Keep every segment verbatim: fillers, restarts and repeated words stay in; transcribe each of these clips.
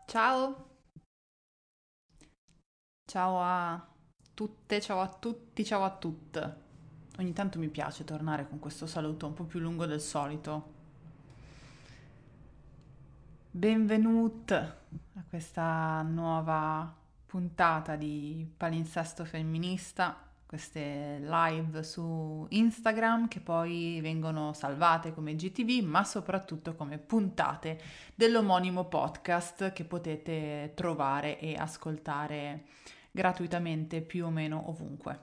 Ciao, ciao a tutte, ciao a tutti, ciao a tutte. Ogni tanto mi piace tornare con questo saluto un po' più lungo del solito. Benvenuti a questa nuova puntata di Palinsesto Femminista, queste live su Instagram che poi vengono salvate come G T V, ma soprattutto come puntate dell'omonimo podcast che potete trovare e ascoltare gratuitamente più o meno ovunque.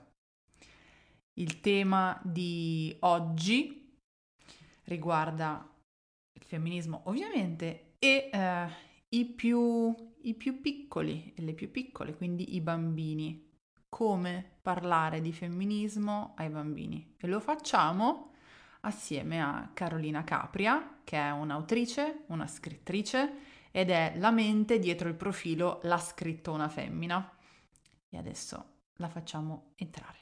Il tema di oggi riguarda il femminismo, ovviamente, e eh, i più, i più piccoli e le più piccole, quindi i bambini. Come parlare di femminismo ai bambini. E lo facciamo assieme a Carolina Capria, che è un'autrice, una scrittrice ed è la mente dietro il profilo L'ha scritto una femmina. E adesso la facciamo entrare.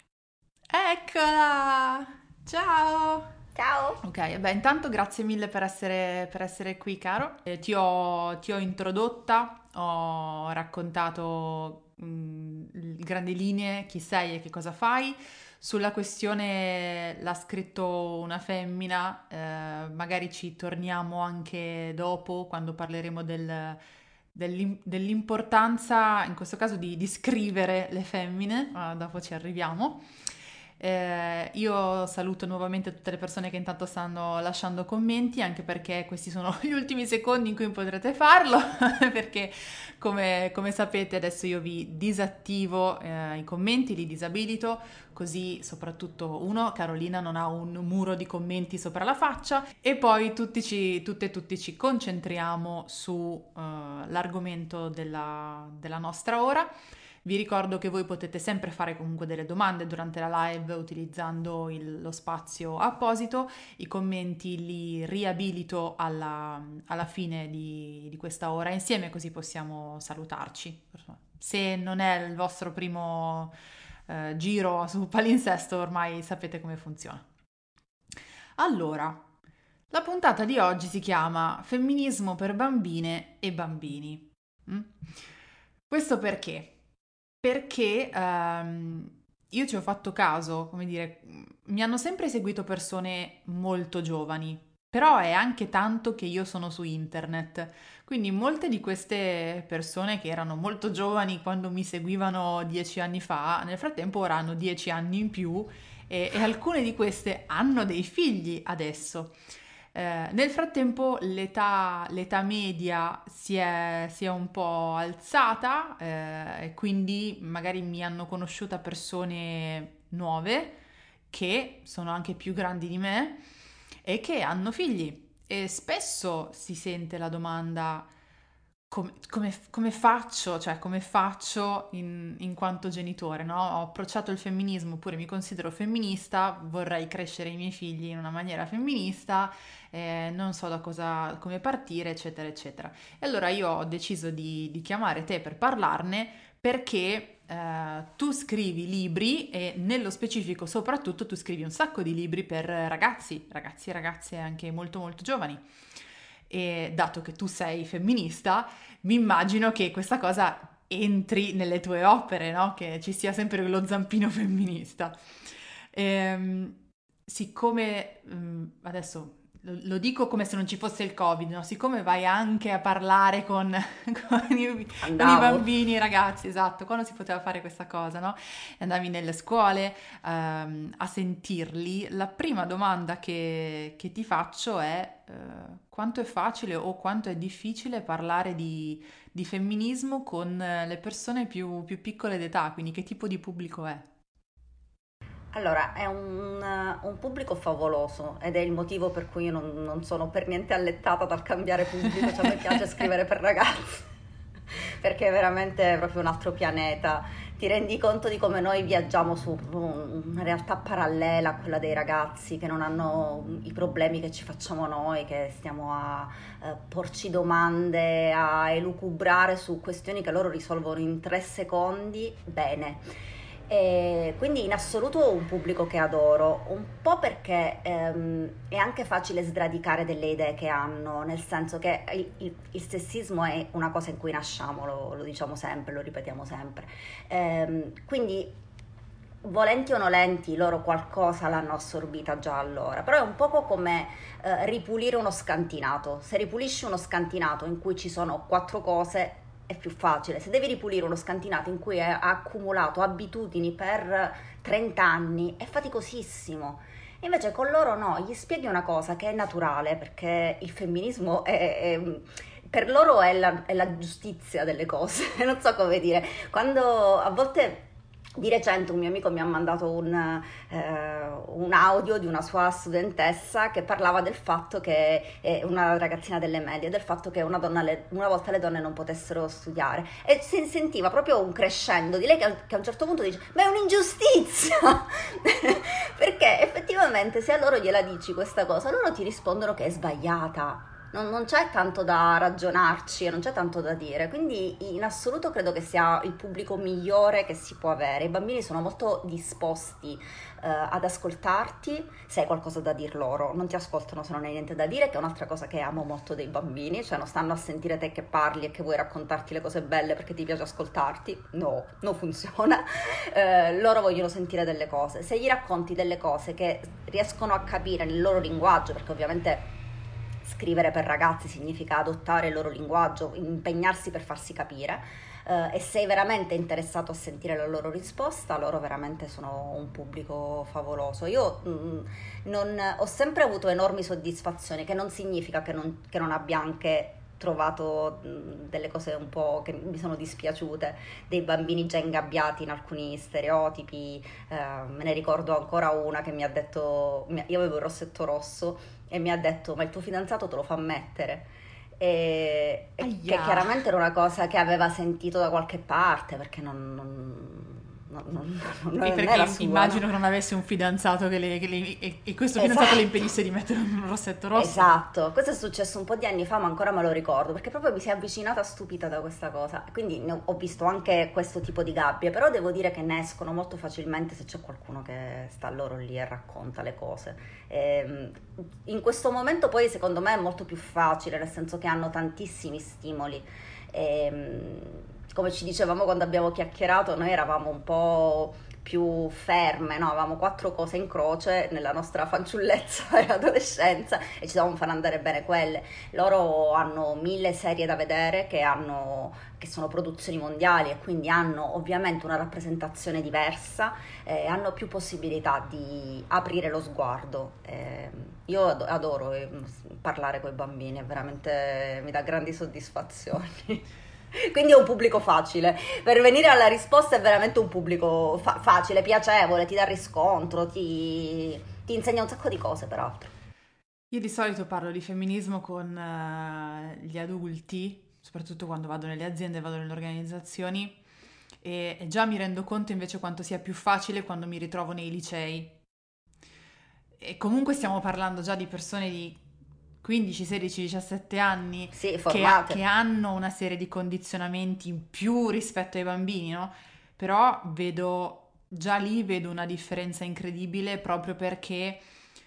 Eccola! Ciao! Ciao! Ok, beh, intanto grazie mille per essere, per essere qui, caro. Eh, ti ho, ti ho introdotta, ho raccontato mh, in grandi linee chi sei e che cosa fai. Sulla questione l'ha scritto una femmina, eh, magari ci torniamo anche dopo quando parleremo del- dell'im- dell'importanza, in questo caso, di, di scrivere le femmine, ma dopo ci arriviamo. Eh, io saluto nuovamente tutte le persone che intanto stanno lasciando commenti, anche perché questi sono gli ultimi secondi in cui potrete farlo, perché come, come sapete adesso io vi disattivo eh, i commenti, li disabilito, così soprattutto uno, Carolina non ha un muro di commenti sopra la faccia e poi tutti ci, tutte e tutti ci concentriamo sull'argomento della, della nostra ora. Vi ricordo che voi potete sempre fare comunque delle domande durante la live utilizzando il- lo spazio apposito, i commenti li riabilito alla, alla fine di, di questa ora insieme così possiamo salutarci. Se non è il vostro primo eh, giro su palinsesto ormai sapete come funziona. Allora, la puntata di oggi si chiama Femminismo per bambine e bambini. Mm? Questo perché? Perché ehm, io ci ho fatto caso, come dire, mi hanno sempre seguito persone molto giovani, però è anche tanto che io sono su internet, quindi molte di queste persone che erano molto giovani quando mi seguivano dieci anni fa, nel frattempo ora hanno dieci anni in più e, e alcune di queste hanno dei figli adesso. Eh, nel frattempo l'età, l'età media si è, si è un po' alzata eh, e quindi magari mi hanno conosciuta persone nuove che sono anche più grandi di me e che hanno figli. E spesso si sente la domanda come, come- come faccio, cioè come faccio in, in quanto genitore, no? Ho approcciato il femminismo, oppure mi considero femminista, vorrei crescere i miei figli in una maniera femminista, eh, non so da cosa, come partire, eccetera, eccetera. E allora io ho deciso di, di chiamare te per parlarne perché eh, tu scrivi libri e nello specifico soprattutto tu scrivi un sacco di libri per ragazzi, ragazzi e ragazze anche molto molto giovani. E dato che tu sei femminista, mi immagino che questa cosa entri nelle tue opere, no? Che ci sia sempre lo zampino femminista. Ehm, siccome mm, adesso lo, lo dico come se non ci fosse il Covid, no? Siccome vai anche a parlare con, con i, con i Andavo. bambini, i ragazzi, esatto, quando si poteva fare questa cosa, no? Andavi nelle scuole ehm, a sentirli, la prima domanda che, che ti faccio è eh, quanto è facile o quanto è difficile parlare di, di femminismo con eh, le persone più, più piccole d'età, quindi che tipo di pubblico è? Allora, è un, un pubblico favoloso ed è il motivo per cui io non, non sono per niente allettata dal cambiare pubblico, cioè a me piace scrivere per ragazzi, perché è veramente proprio un altro pianeta. Ti rendi conto di come noi viaggiamo su una realtà parallela a quella dei ragazzi che non hanno i problemi che ci facciamo noi, che stiamo a eh, porci domande, a elucubrare su questioni che loro risolvono in tre secondi. Bene. E quindi in assoluto un pubblico che adoro, un po' perché ehm, è anche facile sradicare delle idee che hanno, nel senso che il, il- il sessismo è una cosa in cui nasciamo, lo, lo diciamo sempre, lo ripetiamo sempre. Ehm, quindi volenti o nolenti loro qualcosa l'hanno assorbita già allora, però è un poco come eh, ripulire uno scantinato. Se ripulisci uno scantinato in cui ci sono quattro cose è più facile. Se devi ripulire uno scantinato in cui hai accumulato abitudini per trenta anni è faticosissimo. Invece con loro no, gli spieghi una cosa che è naturale, perché il femminismo è, è- per loro è la, è la giustizia delle cose, non so come dire. Quando a volte di recente un mio amico mi ha mandato un, eh, un audio di una sua studentessa che parlava del fatto che, eh, una ragazzina delle medie, del fatto che una, donna le- una volta le donne non potessero studiare e si sentiva proprio un crescendo di lei che, a- che a un certo punto dice ma è un'ingiustizia perché effettivamente se a loro gliela dici questa cosa loro ti rispondono che è sbagliata. Non, non c'è tanto da ragionarci e non c'è tanto da dire, quindi in assoluto credo che sia il pubblico migliore che si può avere. I bambini sono molto disposti eh, ad ascoltarti se hai qualcosa da dir loro, non ti ascoltano se non hai niente da dire, che è un'altra cosa che amo molto dei bambini, cioè non stanno a sentire te che parli e che vuoi raccontarti le cose belle perché ti piace ascoltarti, no, non funziona. Eh, loro vogliono sentire delle cose, se gli racconti delle cose che riescono a capire nel loro linguaggio, perché ovviamente scrivere per ragazzi significa adottare il loro linguaggio, impegnarsi per farsi capire, eh, e sei veramente interessato a sentire la loro risposta, loro veramente sono un pubblico favoloso. Io mh, non, ho sempre avuto enormi soddisfazioni, che non significa che non, che non abbia anche trovato mh, delle cose un po' che mi sono dispiaciute, dei bambini già ingabbiati in alcuni stereotipi. Eh, me ne ricordo ancora una che mi ha detto, io avevo il rossetto rosso e mi ha detto ma il tuo fidanzato te lo fa mettere, e, e che Aia! chiaramente era una cosa che aveva sentito da qualche parte perché non, non- non- non- E non era perché sua, no? immagino che non avesse un fidanzato che le, che le- e, e questo fidanzato le Esatto. impedisse di mettere un rossetto rosso. Esatto, questo è successo un po' di anni fa, ma ancora me lo ricordo, perché proprio mi si è avvicinata stupita da questa cosa. Quindi ne ho ho visto anche questo tipo di gabbie, però devo dire che ne escono molto facilmente se c'è qualcuno che sta loro lì e racconta le cose. Ehm, in questo momento poi secondo me è molto più facile, nel senso che hanno tantissimi stimoli. Ehm, come ci dicevamo quando abbiamo chiacchierato, noi eravamo un po' più ferme, no? Avevamo quattro cose in croce nella nostra fanciullezza e adolescenza e ci dovevamo far andare bene quelle. Loro hanno mille serie da vedere che, hanno, che sono produzioni mondiali e quindi hanno ovviamente una rappresentazione diversa, eh, hanno più possibilità di aprire lo sguardo. Eh, io ad- adoro eh, parlare con i bambini, è veramente mi dà grandi soddisfazioni. Quindi è un pubblico facile. Per venire alla risposta è veramente un pubblico fa- facile, piacevole, ti dà riscontro, ti, ti insegna un sacco di cose, peraltro. Io di solito parlo di femminismo con eh, gli adulti, soprattutto quando vado nelle aziende, vado nelle organizzazioni e, e già mi rendo conto invece quanto sia più facile quando mi ritrovo nei licei. E comunque stiamo parlando già di persone di quindici, sedici, diciassette anni Sì, che, ha- formate. che hanno una serie di condizionamenti in più rispetto ai bambini, no? Però vedo, già lì vedo una differenza incredibile proprio perché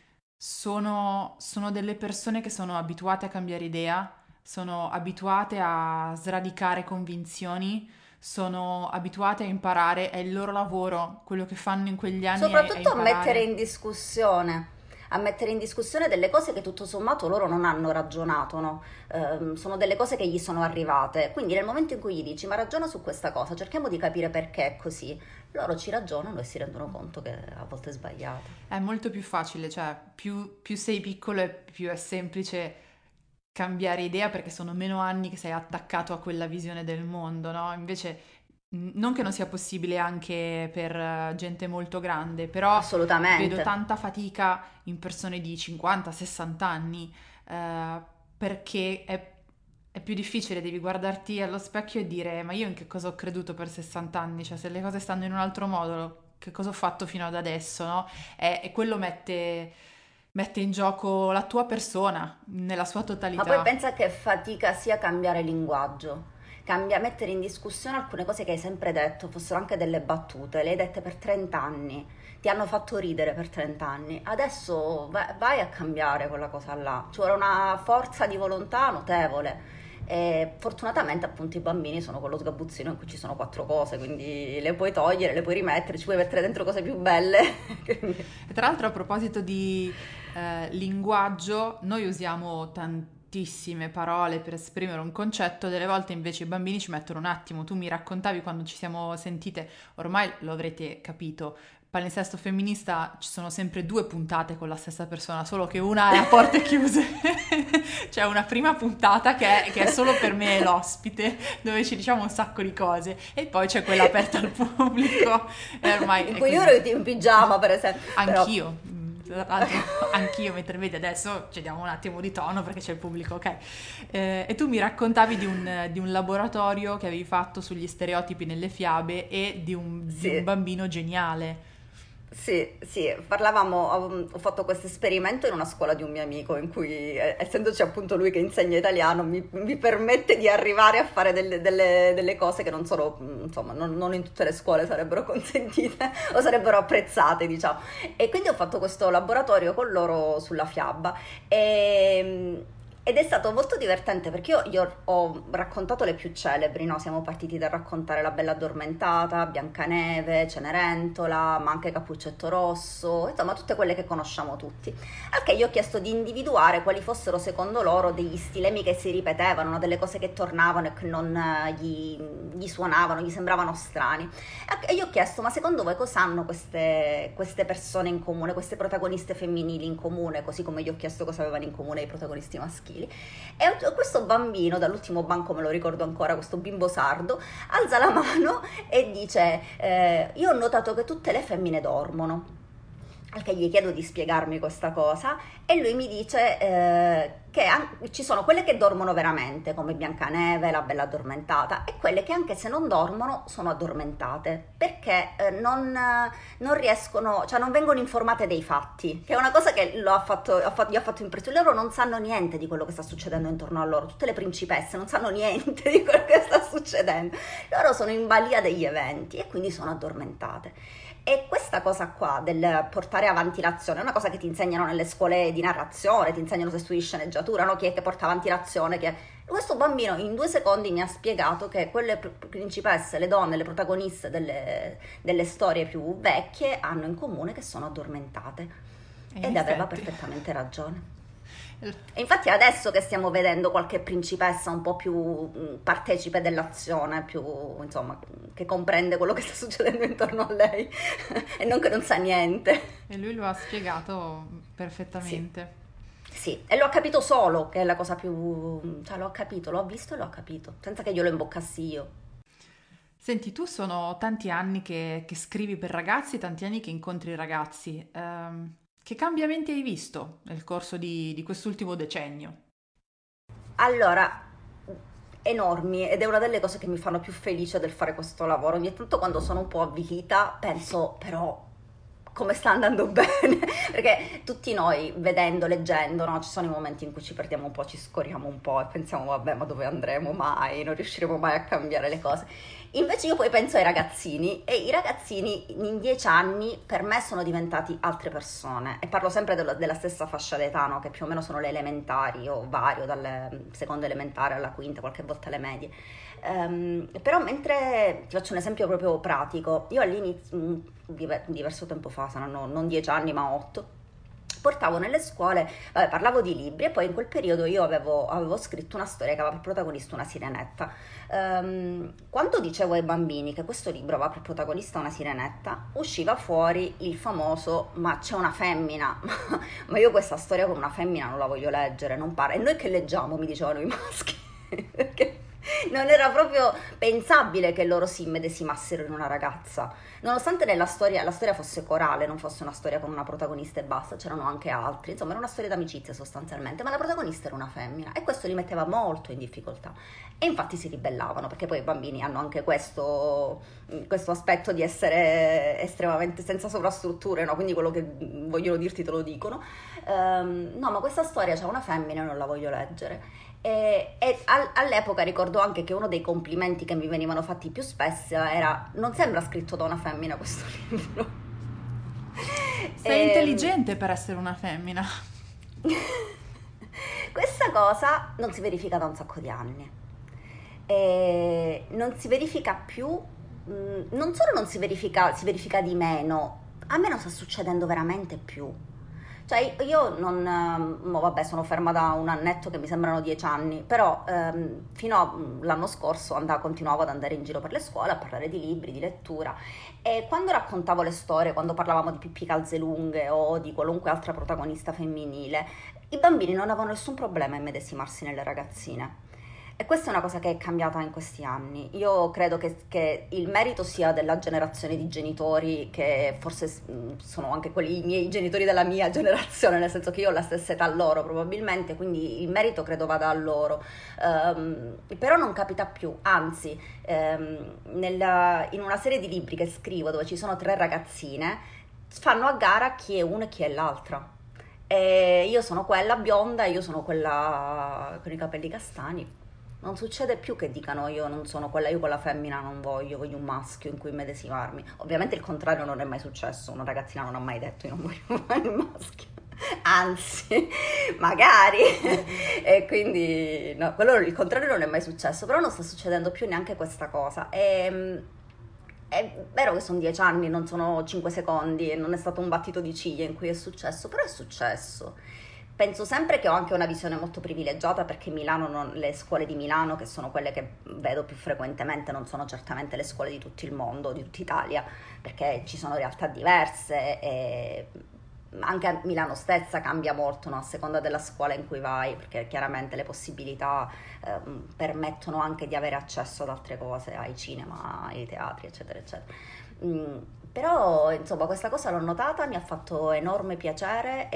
sono, sono delle persone che sono abituate a cambiare idea, sono abituate a sradicare convinzioni, sono abituate a imparare, è il loro lavoro, quello che fanno in quegli anni è, è Soprattutto a mettere imparare. in discussione, a mettere in discussione delle cose che tutto sommato loro non hanno ragionato, no? Ehm, sono delle cose che gli sono arrivate. Quindi nel momento in cui gli dici, ma ragiona su questa cosa, cerchiamo di capire perché è così, loro ci ragionano e si rendono conto che a volte è sbagliato. È molto più facile, cioè più, più sei piccolo e più è semplice cambiare idea perché sono meno anni che sei attaccato a quella visione del mondo, no? Invece, mh, non che non sia possibile anche per eh, gente molto grande, però vedo Assolutamente. tanta fatica in persone di cinquanta sessanta anni, eh, perché è, è più difficile, devi guardarti allo specchio e dire, ma io in che cosa ho creduto per sessanta anni? Cioè, se le cose stanno in un altro modo, che cosa ho fatto fino ad adesso, no? E, e quello mette, mette in gioco la tua persona nella sua Ma poi totalità. pensa che fatica sia cambiare linguaggio, cambia, mettere in discussione alcune cose che hai sempre detto, fossero anche delle battute, le hai dette per trenta anni, ti hanno fatto ridere per trenta anni, adesso vai, vai a cambiare quella cosa là, ci vuole una forza di volontà notevole. E fortunatamente appunto i bambini sono quello sgabuzzino in cui ci sono quattro cose, quindi le puoi togliere, le puoi rimettere, ci puoi mettere dentro cose più belle. Quindi... E tra l'altro a proposito di eh, linguaggio, noi usiamo tantissime parole per esprimere un concetto, delle volte invece i bambini ci mettono un attimo. Tu mi raccontavi quando ci siamo sentite, ormai lo avrete capito, palinsesto femminista ci sono sempre due puntate con la stessa persona, solo che una è a porte chiuse. C'è una prima puntata che è, che è solo per me e l'ospite, dove ci diciamo un sacco di cose, e poi c'è quella aperta al pubblico. E ormai in cui io ero in pigiama, per esempio. Anch'io. Però... Tra l'altro anch'io, mentre vedi adesso cediamo un attimo di tono perché c'è il pubblico, ok. Eh, e tu mi raccontavi di un, di un laboratorio che avevi fatto sugli stereotipi nelle fiabe e di un, Sì. di un bambino geniale. Sì, sì, parlavamo, ho ho fatto questo esperimento in una scuola di un mio amico in cui, eh, essendoci appunto lui che insegna italiano, mi, mi permette di arrivare a fare delle, delle- delle cose che non sono, mm, insomma, non, non in tutte le scuole sarebbero consentite o sarebbero apprezzate, diciamo. E quindi ho fatto questo laboratorio con loro sulla fiaba e, ed è stato molto divertente perché io, io ho raccontato le più celebri, no? Siamo partiti dal raccontare La Bella Addormentata, Biancaneve, Cenerentola, ma anche Cappuccetto Rosso, insomma tutte quelle che conosciamo tutti. Al che io ho chiesto di individuare quali fossero secondo loro degli stilemi che si ripetevano, no? Delle cose che tornavano e che non eh, gli, gli suonavano, gli sembravano strani. E io ho chiesto, ma secondo voi cosa hanno queste, queste persone in comune, queste protagoniste femminili in comune, così come io ho chiesto cosa avevano in comune i protagonisti maschili? E questo bambino, dall'ultimo banco me lo ricordo ancora, questo bimbo sardo, alza la mano e dice, eh, io ho notato che tutte le femmine dormono. Al che gli chiedo di spiegarmi questa cosa e lui mi dice eh, che an- ci sono quelle che dormono veramente, come Biancaneve, La Bella Addormentata, e quelle che anche se non dormono sono addormentate, perché eh, non, eh, non riescono, cioè non vengono informate dei fatti, che è una cosa che lo ha fatto, ha fatto- gli ha fatto impressione. Loro non sanno niente di quello che sta succedendo intorno a loro, tutte le principesse non sanno niente di quello che sta succedendo, loro sono in balia degli eventi e quindi sono addormentate. E questa cosa qua del portare avanti l'azione è una cosa che ti insegnano nelle scuole di narrazione, ti insegnano se studi sceneggiatura, no? Chi è che porta avanti l'azione, chi è... Questo bambino in due secondi mi ha spiegato che quelle pr- principesse, le donne, le protagoniste delle, delle storie più vecchie hanno in comune che sono addormentate. E in Ed aveva effetti. perfettamente ragione. Eh, E infatti è adesso che stiamo vedendo qualche principessa un po' più mh, partecipe dell'azione, più insomma, che comprende quello che sta succedendo intorno a lei e non che non sa niente. E lui lo ha spiegato Sì, perfettamente. sì, e l'ho capito solo, che è la cosa più... cioè l'ho capito, l'ho visto e l'ho capito, senza che io lo imboccassi io. Senti, tu sono tanti anni che, che scrivi per ragazzi, tanti anni che incontri i ragazzi. Ehm, che cambiamenti hai visto nel corso di, di quest'ultimo decennio? Allora, enormi, ed è una delle cose che mi fanno più felice del fare questo lavoro. Ogni tanto quando sono un po' avvilita penso, però, come sta andando bene? Perché tutti noi, vedendo, leggendo, no, ci sono i momenti in cui ci perdiamo un po', ci scoriamo un po' e pensiamo, vabbè, ma dove andremo mai? Non riusciremo mai a cambiare le cose. Invece io poi penso ai ragazzini e i ragazzini in dieci anni per me sono diventati altre persone e parlo sempre della, della stessa fascia d'età, no? Che più o meno sono le elementari o vario, dalle seconda elementare alla quinta, qualche volta alle medie. Ehm, però mentre ti faccio un esempio proprio pratico, io all'inizio, un diver- diverso tempo fa, saranno non dieci anni ma otto, portavo nelle scuole, vabbè, parlavo di libri e poi in quel periodo io avevo, avevo scritto una storia che aveva per protagonista una sirenetta. Ehm, quando dicevo ai bambini che questo libro aveva per protagonista una sirenetta, usciva fuori il famoso ma c'è una femmina, ma io questa storia con una femmina non la voglio leggere, non pare. E noi che leggiamo, mi dicevano i maschi, perché non era proprio pensabile che loro si immedesimassero in una ragazza, nonostante nella storia la storia fosse corale, non fosse una storia con una protagonista e basta, c'erano anche altri, insomma era una storia d'amicizia sostanzialmente, ma la protagonista era una femmina e questo li metteva molto in difficoltà e infatti si ribellavano, perché poi i bambini hanno anche questo, questo aspetto di essere estremamente senza sovrastrutture, no? Quindi quello che vogliono dirti te lo dicono. Ehm, no, ma questa storia c'è una femmina e non la voglio leggere. E, e al- all'epoca ricordo anche che uno dei complimenti che mi venivano fatti più spesso era: non sembra scritto da una femmina questo libro. Sei Ehm, intelligente per essere una femmina. Questa cosa non si verifica da un sacco di anni. E non si verifica più, mh, non solo non si verifica, si verifica di meno, a me non sta succedendo veramente più. Cioè io non, ehm, mo vabbè, sono ferma da un annetto che mi sembrano dieci anni, però ehm, fino all'anno scorso andavo, continuavo ad andare in giro per le scuole a parlare di libri, di lettura, e quando raccontavo le storie, quando parlavamo di Pippi Calzelunghe o di qualunque altra protagonista femminile, i bambini non avevano nessun problema a immedesimarsi nelle ragazzine. E questa è una cosa che è cambiata in questi anni. Io credo che, che il merito sia della generazione di genitori, che forse mh, sono anche quelli i miei genitori della mia generazione, nel senso che io ho la stessa età loro probabilmente, quindi il merito credo vada a loro. Ehm, però non capita più, anzi, ehm, nella- in una serie di libri che scrivo dove ci sono tre ragazzine, fanno a gara chi è una e chi è l'altra. E io sono quella bionda e io sono quella con i capelli castani. Non succede più che dicano io non sono quella, io quella femmina non voglio, voglio un maschio in cui medesimarmi. Ovviamente il contrario non è mai successo, una ragazzina non ha mai detto io non voglio fare il maschio. Anzi, magari. E quindi no, quello il contrario non è mai successo, però non sta succedendo più neanche questa cosa. E, è vero che sono dieci anni, non sono cinque secondi e non è stato un battito di ciglia in cui è successo, però è successo. Penso sempre che ho anche una visione molto privilegiata perché Milano, non- le scuole di Milano, che sono quelle che vedo più frequentemente, non sono certamente le scuole di tutto il mondo, di tutta Italia, perché ci sono realtà diverse e anche a Milano stessa cambia molto, no? A seconda della scuola in cui vai, perché chiaramente le possibilità ehm, permettono anche di avere accesso ad altre cose, ai cinema, ai teatri, eccetera, eccetera. Mm, però insomma questa cosa l'ho notata, mi ha fatto enorme piacere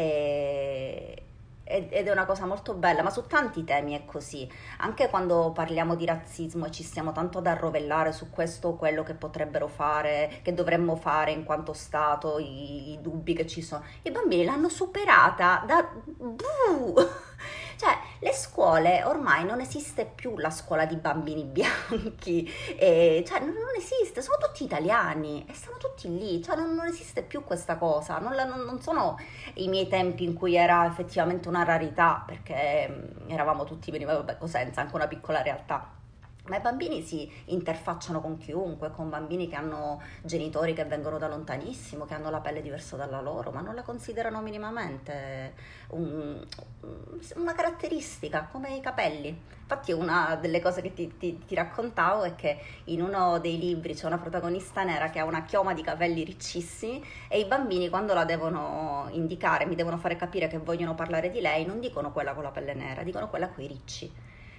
e- ed ed è una cosa molto bella, ma su tanti temi è così. Anche quando parliamo di razzismo e ci stiamo tanto ad arrovellare su questo o quello che potrebbero fare, che dovremmo fare in quanto Stato, i, i dubbi che ci sono, i bambini l'hanno superata da... Buh! Cioè, le scuole ormai non esiste più la scuola di bambini bianchi, e, cioè non, non esiste, sono tutti italiani e stanno tutti lì, cioè non, non esiste più questa cosa, non, la- non- non sono i miei tempi in cui era effettivamente una rarità, perché mm, eravamo tutti, venivamo vabbè, Cosenza, anche una piccola realtà. Ma i bambini si interfacciano con chiunque, con bambini che hanno genitori che vengono da lontanissimo, che hanno la pelle diversa dalla loro, ma non la considerano minimamente un- una caratteristica, come i capelli. Infatti una delle cose che ti, ti- ti raccontavo è che in uno dei libri c'è una protagonista nera che ha una chioma di capelli riccissimi e i bambini quando la devono indicare, mi devono fare capire che vogliono parlare di lei, non dicono quella con la pelle nera, dicono quella con i ricci.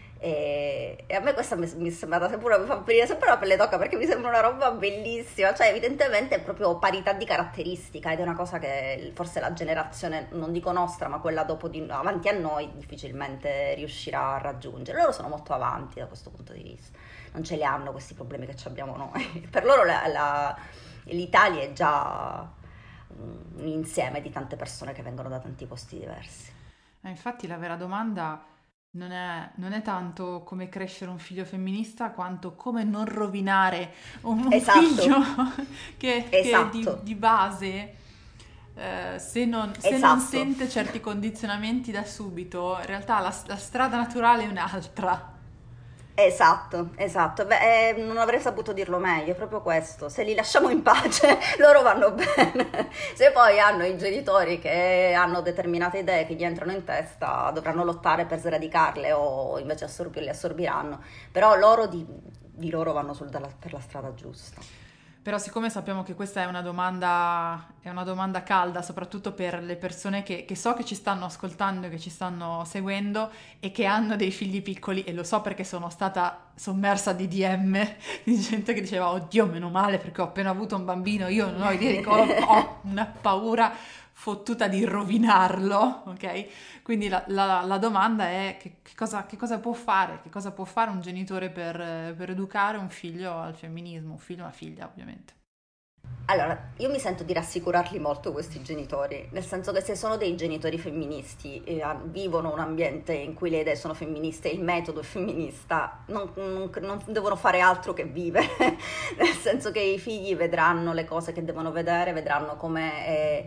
E, e a me questa mi, mi è sembrata sempre, mi fa venire sempre la pelle d'oca perché mi sembra una roba bellissima, cioè evidentemente è proprio parità di caratteristica ed è una cosa che forse la generazione, non dico nostra, ma quella dopo di, avanti a noi difficilmente riuscirà a raggiungere. Loro sono molto avanti da questo punto di vista, non ce li hanno questi problemi che ci abbiamo noi. Per loro la- la- l'Italia è già un insieme di tante persone che vengono da tanti posti diversi. Eh, infatti la vera domanda non è, non è tanto come crescere un figlio femminista, quanto come non rovinare un, un figlio Esatto, che, che di, esatto, di base, eh, se non, se non esatto. sente certi condizionamenti da subito, in realtà la, la strada naturale è un'altra. Esatto, esatto. Beh, eh, non avrei saputo dirlo meglio, è proprio questo. Se li lasciamo in pace, loro vanno bene. Se poi hanno i genitori che hanno determinate idee che gli entrano in testa, dovranno lottare per sradicarle o invece assorbirle, assorbiranno. Però loro di, di loro vanno sul- dalla- per la strada giusta. Però siccome sappiamo che questa è una domanda, è una domanda calda, soprattutto per le persone che, che so che ci stanno ascoltando e che ci stanno seguendo e che hanno dei figli piccoli, e lo so perché sono stata sommersa di D M di gente che diceva, oddio, meno male perché ho appena avuto un bambino, io non ho idea di cosa, ho una paura fottuta di rovinarlo, ok? Quindi la, la- la domanda è che, che cosa, che cosa può fare? Che cosa può fare un genitore per, per educare un figlio al femminismo, un figlio o una figlia, ovviamente. Allora, io mi sento di rassicurarli molto questi genitori, nel senso che se sono dei genitori femministi e ha- vivono un ambiente in cui le idee sono femministe e il metodo è femminista, non, non- non devono fare altro che vivere, nel senso che i figli vedranno le cose che devono vedere, vedranno come, è,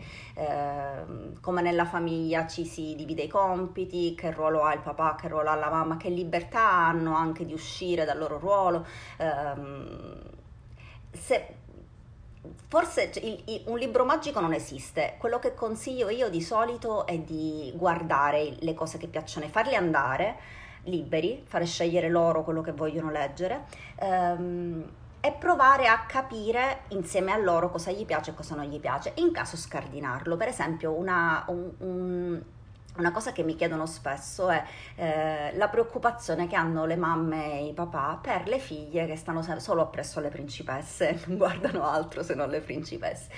ehm, come nella famiglia ci si divide i compiti, che ruolo ha il papà, che ruolo ha la mamma, che libertà hanno anche di uscire dal loro ruolo. ehm, se, Forse cioè, il- il- un libro magico non esiste. Quello che consiglio io di solito è di guardare le cose che piacciono e farli andare liberi, fare scegliere loro quello che vogliono leggere, ehm, e provare a capire insieme a loro cosa gli piace e cosa non gli piace, in caso scardinarlo. Per esempio, una, un- un- una cosa che mi chiedono spesso è eh, la preoccupazione che hanno le mamme e i papà per le figlie che stanno se- solo appresso alle principesse, non guardano altro se non le principesse.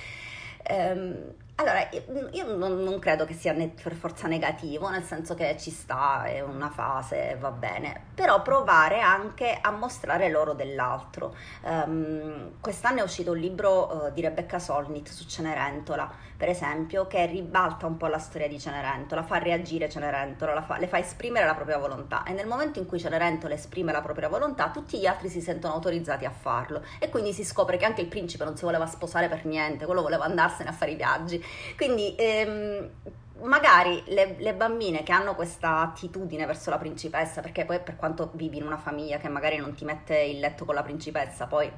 Ehm, allora, io io non, non credo che sia ne- per forza negativo, nel senso che ci sta, è una fase, va bene, però provare anche a mostrare loro dell'altro. Ehm, quest'anno è uscito un libro eh, di Rebecca Solnit su Cenerentola, per esempio, che ribalta un po' la storia di Cenerentola, fa reagire Cenerentola, la fa- le fa esprimere la propria volontà e nel momento in cui Cenerentola esprime la propria volontà, tutti gli altri si sentono autorizzati a farlo e quindi si scopre che anche il principe non si voleva sposare per niente, quello voleva andarsene a fare i viaggi. Quindi ehm, magari le, le bambine che hanno questa attitudine verso la principessa, perché poi per quanto vivi in una famiglia che magari non ti mette il letto con la principessa, poi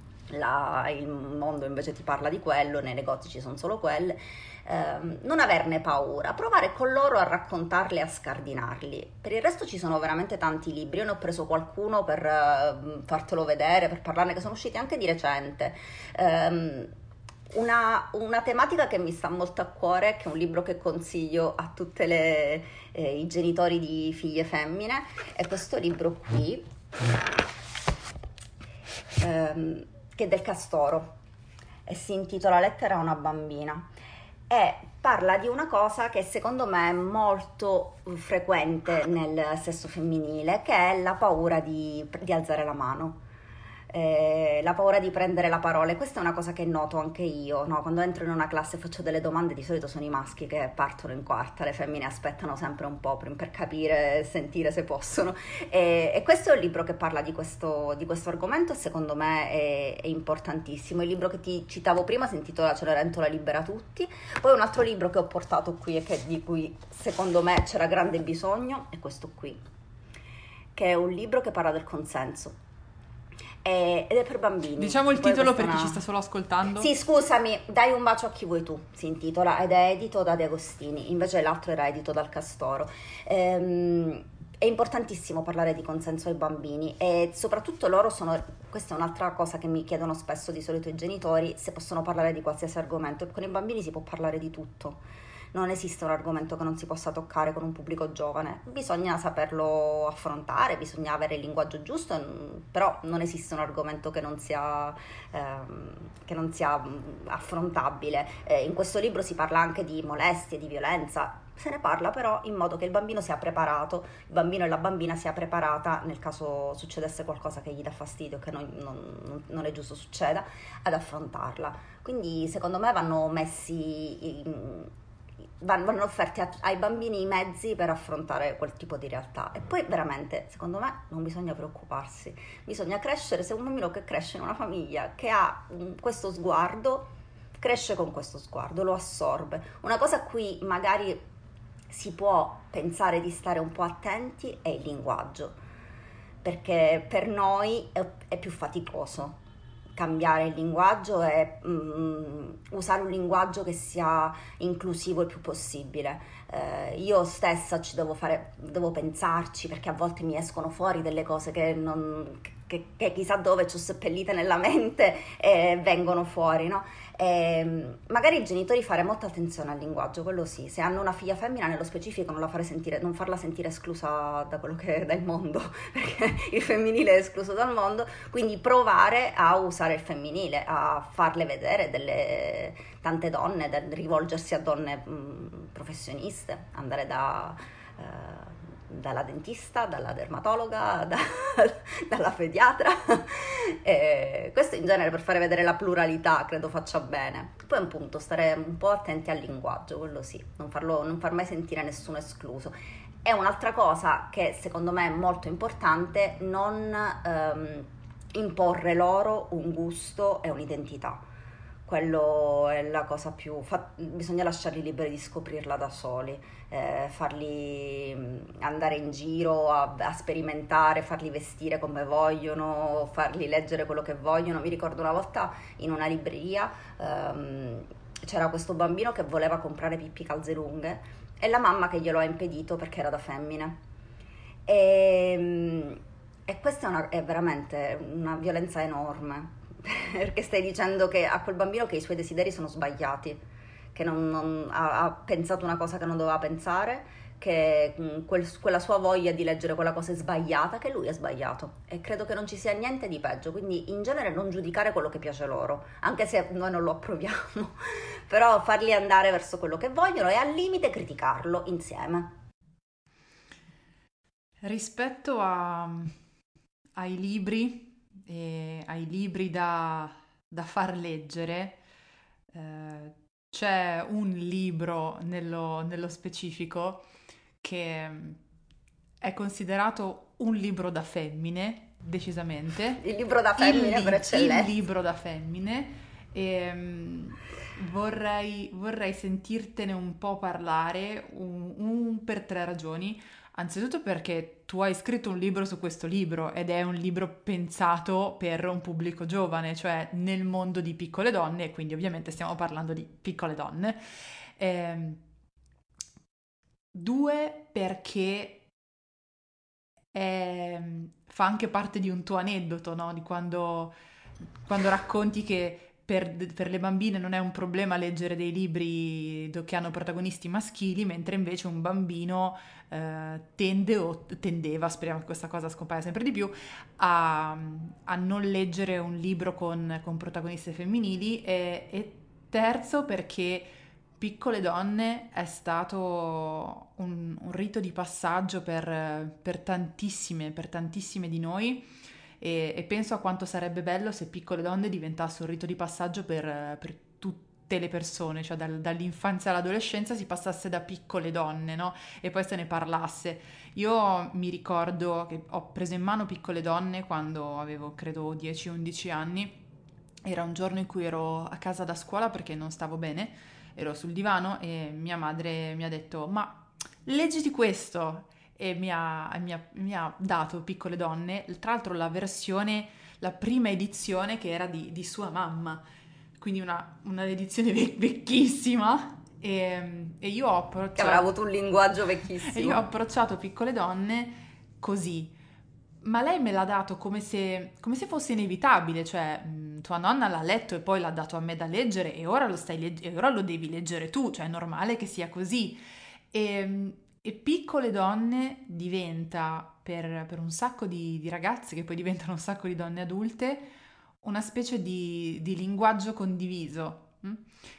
la- il mondo invece ti parla di quello, nei negozi ci sono solo quelle, ehm, non averne paura, provare con loro a raccontarli e a scardinarli. Per il resto ci sono veramente tanti libri, io ne ho preso qualcuno per eh, fartelo vedere, per parlarne, che sono usciti anche di recente. Ehm, una, una tematica che mi sta molto a cuore, che è un libro che consiglio a tutti i genitori di figlie femmine, è questo libro qui, ehm, che è del Castoro e si intitola Lettera a una bambina e parla di una cosa che secondo me è molto frequente nel sesso femminile, che è la paura di, di alzare la mano. Eh, la paura di prendere la parola. E questa è una cosa che noto anche io, no? Quando entro in una classe e faccio delle domande, di solito sono i maschi che partono in quarta, le femmine aspettano sempre un po' per, per capire e sentire se possono. E, e questo è un libro che parla di questo, di questo argomento e secondo me è, è importantissimo. Il libro che ti citavo prima si intitola Cenerentola libera tutti. Poi un altro libro che ho portato qui e che, di cui secondo me c'era grande bisogno è questo qui, che è un libro che parla del consenso. E- ed è per bambini. Diciamo il Poi titolo questa è per chi ci una- sta solo ascoltando. Sì, scusami, Dai un bacio a chi vuoi tu, si intitola, ed è edito da De Agostini, invece l'altro era edito dal Castoro. Ehm, è importantissimo parlare di consenso ai bambini e soprattutto loro sono, questa è un'altra cosa che mi chiedono spesso di solito i genitori, se possono parlare di qualsiasi argomento, e con i bambini si può parlare di tutto. Non esiste un argomento che non si possa toccare con un pubblico giovane, bisogna saperlo affrontare, bisogna avere il linguaggio giusto, mm, però non esiste un argomento che non sia, ehm, che non sia mm, affrontabile. Eh, in questo libro si parla anche di molestie, di violenza, se ne parla però in modo che il bambino sia preparato, il bambino e la bambina sia preparata nel caso succedesse qualcosa che gli dà fastidio, che non, non- non è giusto succeda, ad affrontarla. Quindi secondo me vanno messi in- van- vanno offerti a- ai bambini i mezzi per affrontare quel tipo di realtà. E poi veramente, secondo me, non bisogna preoccuparsi. Bisogna crescere, se un bambino che cresce in una famiglia che ha mm, questo sguardo, cresce con questo sguardo, lo assorbe. Una cosa a cui magari si può pensare di stare un po' attenti è il linguaggio, perché per noi è, è più faticoso cambiare il linguaggio e mm, usare un linguaggio che sia inclusivo il più possibile. Eh, io stessa ci devo fare, devo pensarci perché a volte mi escono fuori delle cose che, non, che, che chissà dove ci ho seppellite nella mente e vengono fuori, no? E magari i genitori fare molta attenzione al linguaggio, quello sì, se hanno una figlia femmina nello specifico non, la fare sentire, non farla sentire esclusa da quello che è dal mondo, perché il femminile è escluso dal mondo, quindi provare a usare il femminile, a farle vedere delle tante donne, da rivolgersi a donne mh, professioniste, andare da... eh, dalla dentista, dalla dermatologa, da- dalla pediatra. E questo in genere per fare vedere la pluralità credo faccia bene. Poi è un punto, stare un po' attenti al linguaggio, quello sì, non farlo, non far mai sentire nessuno escluso. E un'altra cosa che secondo me è molto importante, non ehm, imporre loro un gusto e un'identità. Quello è la cosa più... fa- bisogna lasciarli liberi di scoprirla da soli, eh, farli mm, andare in giro a, a sperimentare, farli vestire come vogliono, farli leggere quello che vogliono. Mi ricordo una volta in una libreria ehm, c'era questo bambino che voleva comprare Pippi Calzelunghe e la mamma che glielo ha impedito perché era da femmine. E, mm, e questa è, una- è veramente una violenza enorme, perché stai dicendo che a quel bambino che i suoi desideri sono sbagliati, che non, non- ha, ha pensato una cosa che non doveva pensare, che mm, quel- quella sua voglia di leggere quella cosa è sbagliata, che lui è sbagliato. E credo che non ci sia niente di peggio, quindi in genere non giudicare quello che piace loro, anche se noi non lo approviamo, però farli andare verso quello che vogliono e al limite criticarlo insieme. Rispetto a- ai libri e ai libri da, da far leggere, eh, c'è un libro nello, nello specifico che è considerato un libro da femmine, decisamente, Il libro da il, femmine per li- il eccellenza. libro da femmine. E, mm, vorrei, vorrei sentirtene un po' parlare, un, un per tre ragioni. Anzitutto perché tu hai scritto un libro su questo libro ed è un libro pensato per un pubblico giovane, cioè nel mondo di piccole donne, e quindi ovviamente stiamo parlando di piccole donne. Ehm, Due, perché è- fa anche parte di un tuo aneddoto, no? Di quando, quando racconti che per, per le bambine non è un problema leggere dei libri do- che hanno protagonisti maschili, mentre invece un bambino eh, tende o tendeva, speriamo che questa cosa scompaia sempre di più, a, a non leggere un libro con, con protagoniste femminili. E, e terzo, perché Piccole donne è stato un, un rito di passaggio per, per tantissime, per tantissime di noi, e, e penso a quanto sarebbe bello se Piccole donne diventasse un rito di passaggio per, per tutte le persone, cioè dal- dall'infanzia all'adolescenza si passasse da piccole donne, no? E poi se ne parlasse. Io mi ricordo che ho preso in mano Piccole donne quando avevo, credo, dieci undici anni. Era un giorno in cui ero a casa da scuola perché non stavo bene, ero sul divano e mia madre mi ha detto: Ma leggiti questo! E mi ha, mi ha- mi ha dato Piccole donne, tra l'altro la versione, la prima edizione che era di, di sua mamma, quindi una, una edizione ve- vecchissima. E, e io ho Che avrà approcciato, avuto un linguaggio e io ho vecchissimo. approcciato Piccole donne così. Ma lei me l'ha dato come se, come se fosse inevitabile, cioè mh, tua nonna l'ha letto e poi l'ha dato a me da leggere e ora lo stai legg- e ora lo devi leggere tu, cioè è normale che sia così. E, e Piccole donne diventa per, per un sacco di, di ragazze, che poi diventano un sacco di donne adulte, una specie di, di linguaggio condiviso. Mm?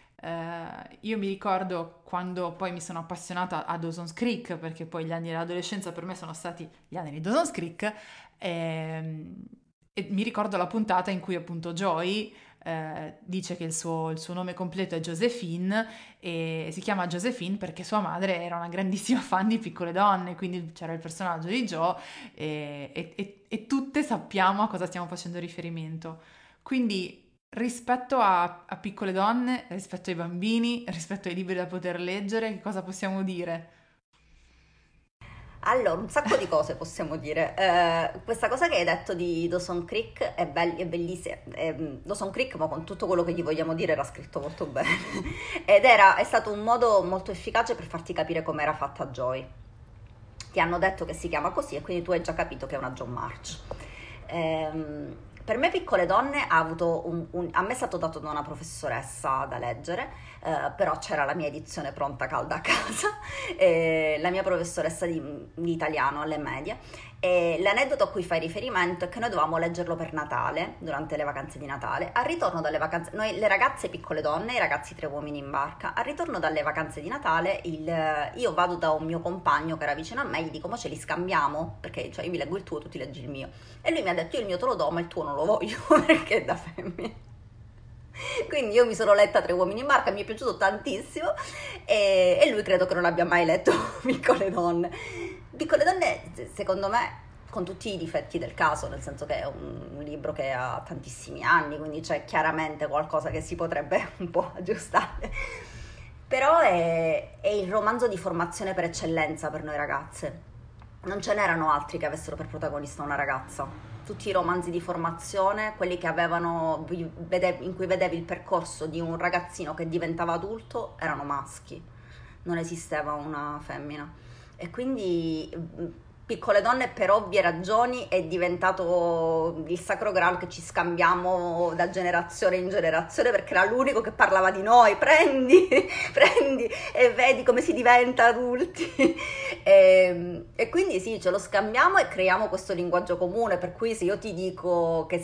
Eh, io mi ricordo quando poi mi sono appassionata a Dawson's Creek, perché poi gli anni dell'adolescenza per me sono stati gli anni di Dawson's Creek, ehm, e mi ricordo la puntata in cui appunto Joy eh, dice che il suo, il suo nome completo è Josephine e si chiama Josephine perché sua madre era una grandissima fan di Piccole donne, quindi c'era il personaggio di Joe e, e- e- e tutte sappiamo a cosa stiamo facendo riferimento. Quindi rispetto a, a Piccole donne, rispetto ai bambini, rispetto ai libri da poter leggere, che cosa possiamo dire? Allora, un sacco di cose possiamo dire. Eh, questa cosa che hai detto di Dawson Creek è, bell- è bellissima. Eh, Dawson Creek, ma con tutto quello che gli vogliamo dire, era scritto molto bene. Ed era, è stato un modo molto efficace per farti capire com'era fatta Joy. Ti hanno detto che si chiama così e quindi tu hai già capito che è una John March. Ehm, per me Piccole donne ha avuto un, un- a me è stato dato da una professoressa da leggere, eh, però c'era la mia edizione pronta calda a casa, eh, la mia professoressa di, di italiano alle medie, E l'aneddoto a cui fai riferimento è che noi dovevamo leggerlo per Natale, durante le vacanze di Natale. Al ritorno dalle vacanze, noi le ragazze piccole donne, i ragazzi tre uomini in barca, al ritorno dalle vacanze di Natale il- io vado da un mio compagno che era vicino a me e gli dico: ma ce li scambiamo? Perché cioè, io mi leggo il tuo, tu ti leggi il mio. E lui mi ha detto: io il mio te lo do, ma il tuo non lo voglio perché è da femmine. Quindi io mi sono letta Tre uomini in barca, mi è piaciuto tantissimo e, e lui credo che non abbia mai letto Piccole donne. Piccole donne, secondo me, con tutti i difetti del caso, nel senso che è un, un libro che ha tantissimi anni, quindi c'è chiaramente qualcosa che si potrebbe un po' aggiustare. Però è, è il romanzo di formazione per eccellenza per noi ragazze. Non ce n'erano altri che avessero per protagonista una ragazza. Tutti i romanzi di formazione, quelli che avevano, in cui vedevi il percorso di un ragazzino che diventava adulto, erano maschi. Non esisteva una femmina. E quindi Piccole donne per ovvie ragioni è diventato il sacro graal che ci scambiamo da generazione in generazione, perché era l'unico che parlava di noi: prendi, prendi e vedi come si diventa adulti. E, e quindi sì, ce lo scambiamo e creiamo questo linguaggio comune, per cui se io ti dico che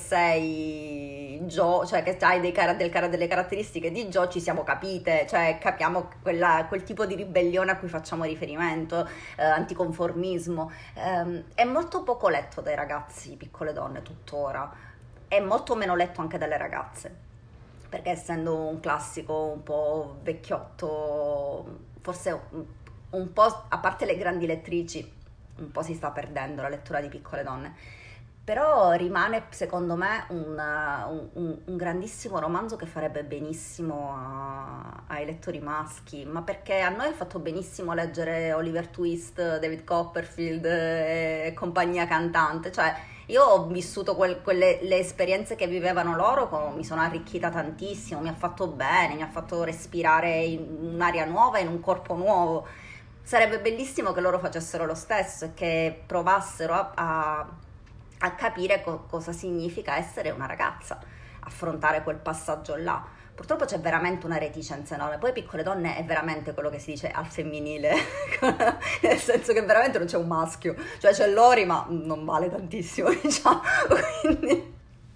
sei Jo, cioè che hai dei cara, del, delle caratteristiche di Jo, ci siamo capite, cioè capiamo quella, quel tipo di ribellione a cui facciamo riferimento, eh, anticonformismo. Um, è molto poco letto dai ragazzi Piccole donne tuttora, è molto meno letto anche dalle ragazze, perché essendo un classico un po' vecchiotto, forse un, un po', a parte le grandi lettrici, un po' si sta perdendo la lettura di Piccole donne. Però rimane secondo me un, un, un grandissimo romanzo che farebbe benissimo a, ai lettori maschi, ma perché a noi ha fatto benissimo leggere Oliver Twist, David Copperfield e compagnia cantante. Cioè io ho vissuto quel, quelle le esperienze che vivevano loro, mi sono arricchita tantissimo, mi ha fatto bene, mi ha fatto respirare in un'aria nuova, in un corpo nuovo. Sarebbe bellissimo che loro facessero lo stesso e che provassero a, a a capire co- cosa significa essere una ragazza, affrontare quel passaggio là. Purtroppo c'è veramente una reticenza enorme. Poi Piccole donne è veramente quello che si dice al femminile, nel senso che veramente non c'è un maschio, cioè c'è Lori ma non vale tantissimo, diciamo. Quindi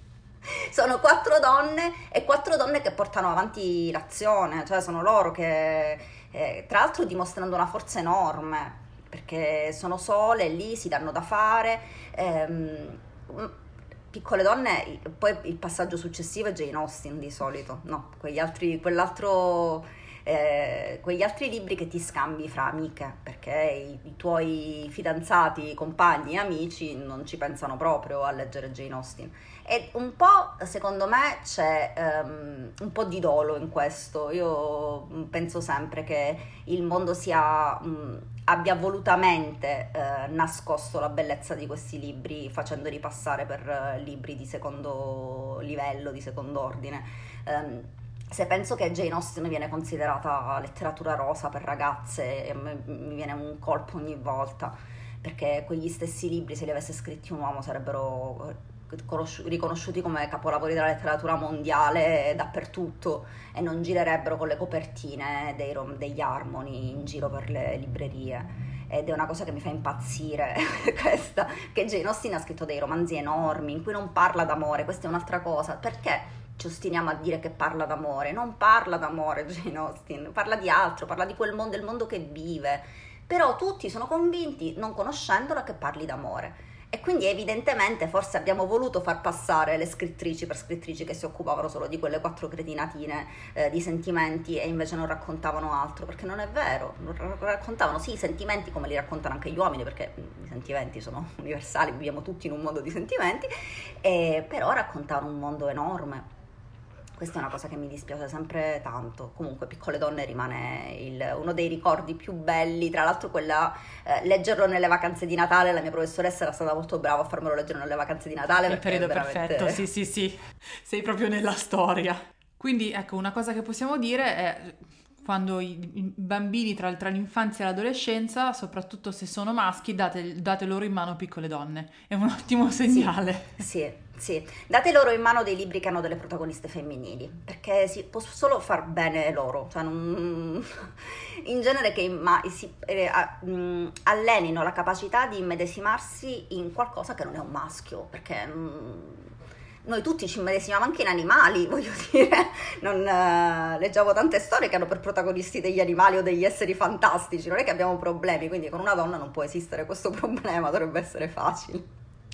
sono quattro donne e quattro donne che portano avanti l'azione, cioè sono loro che, eh, tra l'altro dimostrando una forza enorme, perché sono sole, lì si danno da fare. Ehm, Piccole donne, poi il passaggio successivo è Jane Austen di solito, no, quegli altri, quell'altro, eh, quegli altri libri che ti scambi fra amiche, perché i, i tuoi fidanzati, compagni, amici non ci pensano proprio a leggere Jane Austen. E un po', secondo me, c'è um, un po' di dolo in questo. Io penso sempre che il mondo sia, um, abbia volutamente eh, nascosto la bellezza di questi libri, facendoli passare per uh, libri di secondo livello, di secondo ordine. Um, se penso che Jane Austen viene considerata letteratura rosa per ragazze, mi viene un colpo ogni volta, perché quegli stessi libri, se li avesse scritti un uomo, sarebbero riconosciuti come capolavori della letteratura mondiale dappertutto e non girerebbero con le copertine dei, degli Harmony in giro per le librerie. Ed è una cosa che mi fa impazzire questa, che Jane Austen ha scritto dei romanzi enormi in cui non parla d'amore. Questa è un'altra cosa. Perché ci ostiniamo a dire che parla d'amore? Non parla d'amore Jane Austen, parla di altro, parla di quel mondo, del mondo che vive, però tutti sono convinti, non conoscendola, che parli d'amore. E quindi evidentemente forse abbiamo voluto far passare le scrittrici per scrittrici che si occupavano solo di quelle quattro cretinatine eh, di sentimenti e invece non raccontavano altro, perché non è vero, raccontavano sì i sentimenti come li raccontano anche gli uomini, perché i sentimenti sono universali, viviamo tutti in un mondo di sentimenti, e però raccontavano un mondo enorme. Questa è una cosa che mi dispiace sempre tanto. Comunque Piccole donne rimane il, uno dei ricordi più belli. Tra l'altro quella, eh, leggerlo nelle vacanze di Natale, la mia professoressa era stata molto brava a farmelo leggere nelle vacanze di Natale. Il periodo veramente... perfetto, sì sì sì, sei proprio nella storia. Quindi ecco, una cosa che possiamo dire è, quando i, i bambini tra, tra l'infanzia e l'adolescenza, soprattutto se sono maschi, date, date loro in mano piccole donne. È un ottimo Sì, segnale. sì, sì. Date loro in mano dei libri che hanno delle protagoniste femminili, perché si può solo far bene loro, cioè non- in genere che imma- si, eh, a- mh, allenino la capacità di immedesimarsi in qualcosa che non è un maschio, perché mh, noi tutti ci immedesimiamo anche in animali, voglio dire, non, eh, leggevo tante storie che hanno per protagonisti degli animali o degli esseri fantastici, non è che abbiamo problemi, quindi con una donna non può esistere questo problema, dovrebbe essere facile.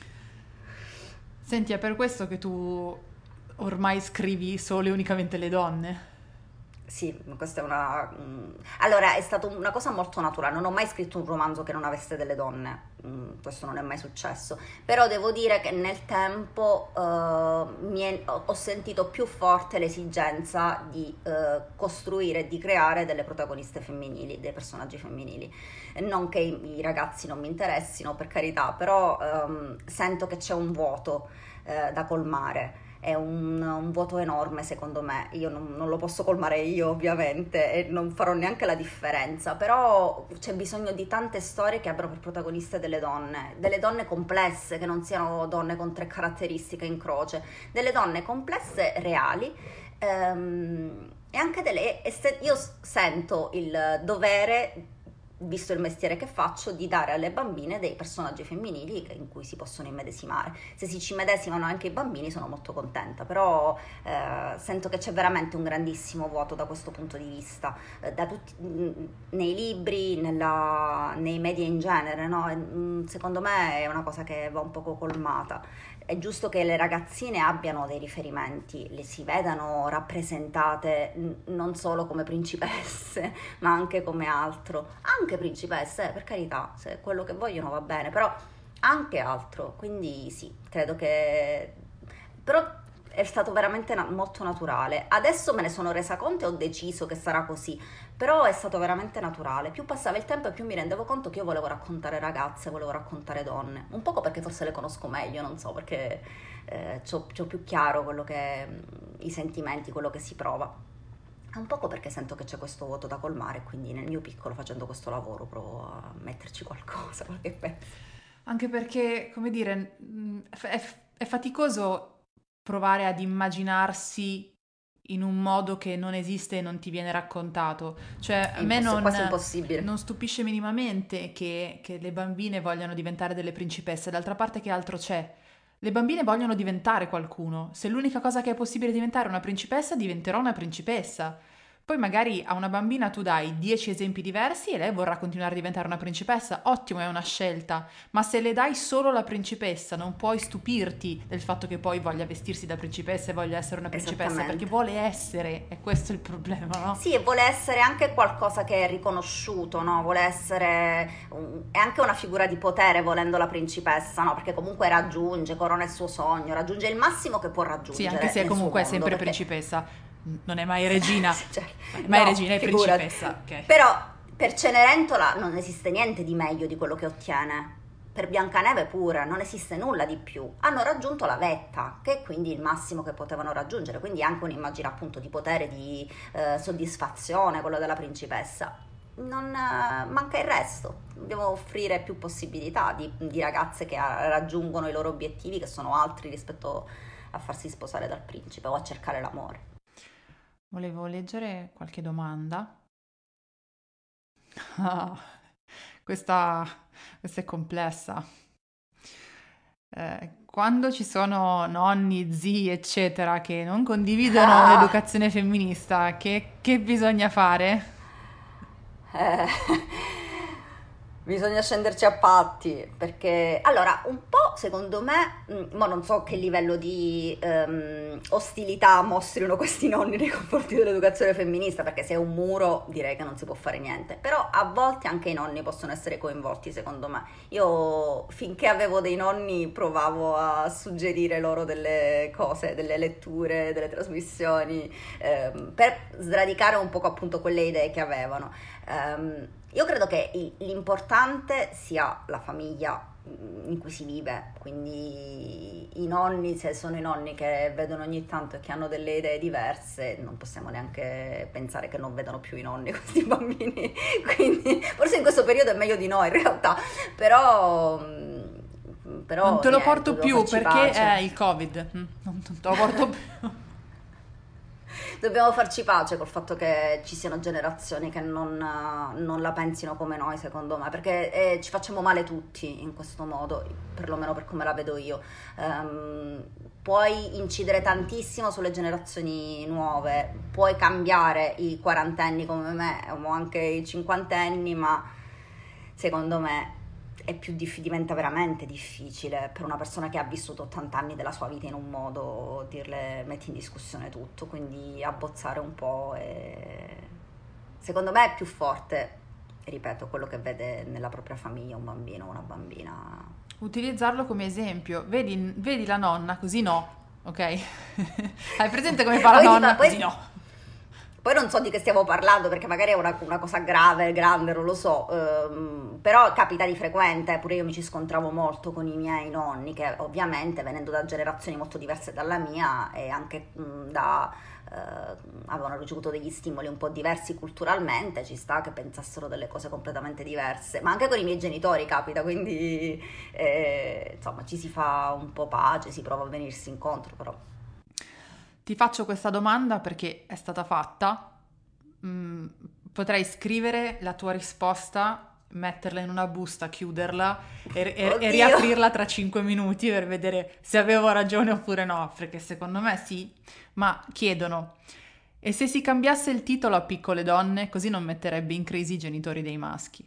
Senti, è per questo che tu ormai scrivi solo e unicamente le donne? Sì, questa è una... mm, Allora, è stata una cosa molto naturale. Non ho mai scritto un romanzo che non avesse delle donne. Mm, questo non è mai successo. Però devo dire che nel tempo eh, mi è- ho ho sentito più forte l'esigenza di eh, costruire e di creare delle protagoniste femminili, dei personaggi femminili. E non che i, i ragazzi non mi interessino, per carità, però ehm, sento che c'è un vuoto eh, da colmare. È un, un vuoto enorme secondo me, io non, non lo posso colmare io ovviamente e non farò neanche la differenza, però c'è bisogno di tante storie che abbiano per protagoniste delle donne, delle donne complesse, che non siano donne con tre caratteristiche in croce, delle donne complesse reali. ehm, e anche delle... e se- io s- sento il dovere, visto il mestiere che faccio, di dare alle bambine dei personaggi femminili che- in cui si possono immedesimare. Se si ci medesimano anche i bambini sono molto contenta, però eh, sento che c'è veramente un grandissimo vuoto da questo punto di vista, eh, da tutti, mh, nei libri, nella- nei media in genere, no? E, mh, secondo me è una cosa che va un poco colmata. È giusto che le ragazzine abbiano dei riferimenti, le si vedano rappresentate n- non solo come principesse, ma anche come altro. Anche principesse, eh, per carità, se è quello che vogliono va bene, però anche altro. Quindi sì, credo che... Però è stato veramente na- molto naturale. Adesso me ne sono resa conto e ho deciso che sarà così, però è stato veramente naturale. Più passava il tempo e più mi rendevo conto che io volevo raccontare ragazze, volevo raccontare donne. Un poco perché forse le conosco meglio, non so, perché eh, c'ho, c'ho più chiaro quello che, i sentimenti, quello che si prova. È un poco perché sento che c'è questo vuoto da colmare, quindi nel mio piccolo, facendo questo lavoro, provo a metterci qualcosa, qualche pezzo. Anche perché, come dire, mh, è, è faticoso provare ad immaginarsi in un modo che non esiste e non ti viene raccontato. Cioè, È a me imposs- è non, quasi impossibile. non stupisce minimamente che, che le bambine vogliano diventare delle principesse. D'altra parte, che altro c'è? Le bambine vogliono diventare qualcuno. Se l'unica cosa che è possibile diventare è una principessa, diventerò una principessa. Poi magari a una bambina tu dai dieci esempi diversi e lei vorrà continuare a diventare una principessa. Ottimo, è una scelta. Ma se le dai solo la principessa, non puoi stupirti del fatto che poi voglia vestirsi da principessa e voglia essere una principessa, perché Esattamente. vuole essere, e questo è il problema, no? Sì, e vuole essere anche qualcosa che è riconosciuto, no? Vuole essere un- è anche una figura di potere volendo la principessa, no? Perché comunque raggiunge, corona il suo sogno, raggiunge il massimo che può Sì, anche raggiungere se nel suo comunque è mondo, sempre perché principessa, non è mai regina, cioè, non è mai no, regina, è figurati. principessa, ok. Però per Cenerentola non esiste niente di meglio di quello che ottiene. Per Biancaneve pure, non esiste nulla di più. Hanno raggiunto la vetta, che è quindi il massimo che potevano raggiungere, quindi anche un'immagine appunto di potere, di eh, soddisfazione, quello della principessa. Non, eh, manca il resto. Dobbiamo offrire più possibilità di, di ragazze che ah, raggiungono i loro obiettivi, che sono altri rispetto a farsi sposare dal principe o a cercare l'amore. Volevo leggere qualche domanda. Ah, questa, questa è complessa. Eh, quando ci sono nonni, zii, eccetera, che non condividono Ah! l'educazione femminista, che, che bisogna fare? Eh, bisogna scenderci a patti perché allora un po' secondo me, mh, ma non so che livello di ehm, ostilità mostrino questi nonni nei confronti dell'educazione femminista, perché se è un muro direi che non si può fare niente, però a volte anche i nonni possono essere coinvolti secondo me. Io finché avevo dei nonni provavo a suggerire loro delle cose, delle letture, delle trasmissioni, ehm, per sradicare un poco appunto quelle idee che avevano. Ehm, io credo che i- l'importante sia la famiglia, in cui si vive, quindi i nonni, se sono i nonni che vedono ogni tanto e che hanno delle idee diverse, non possiamo neanche pensare che non vedano più i nonni questi bambini, quindi forse in questo periodo è meglio di no in realtà, però, Non però te lo niente, porto dobbiamo più farci perché è pace. il Covid. Mm, Non non te lo porto più. Dobbiamo farci pace col fatto che ci siano generazioni che non, eh, non la pensino come noi, secondo me, perché eh, ci facciamo male tutti in questo modo, perlomeno per come la vedo io. Ehm, puoi incidere tantissimo sulle generazioni nuove, puoi cambiare i quarantenni come me o anche i cinquantenni, ma secondo me è più dif- diventa veramente difficile per una persona che ha vissuto ottanta anni della sua vita in un modo dirle metti in discussione tutto, quindi abbozzare un po' e secondo me è più forte, ripeto, quello che vede nella propria famiglia un bambino o una bambina. Utilizzarlo come esempio. Vedi, vedi la nonna, così no, ok? Hai presente come fa la Poi, ti fa- nonna? poi Così no. Poi non so di che stiamo parlando perché magari è una, una cosa grave, grande, non lo so, ehm, però capita di frequente, pure io mi ci scontravo molto con i miei nonni che ovviamente venendo da generazioni molto diverse dalla mia e anche mh, da, eh, avevano ricevuto degli stimoli un po' diversi culturalmente, ci sta che pensassero delle cose completamente diverse, ma anche con i miei genitori capita, quindi eh, insomma ci si fa un po' pace, si prova a venirsi incontro, però Ti faccio questa domanda perché è stata fatta. Mm, potrei scrivere la tua risposta, metterla in una busta, chiuderla e, e- e oddio. riaprirla tra cinque minuti per vedere se avevo ragione oppure no, perché secondo me sì, ma chiedono, e se si cambiasse il titolo a Piccole donne, così non metterebbe in crisi i genitori dei maschi?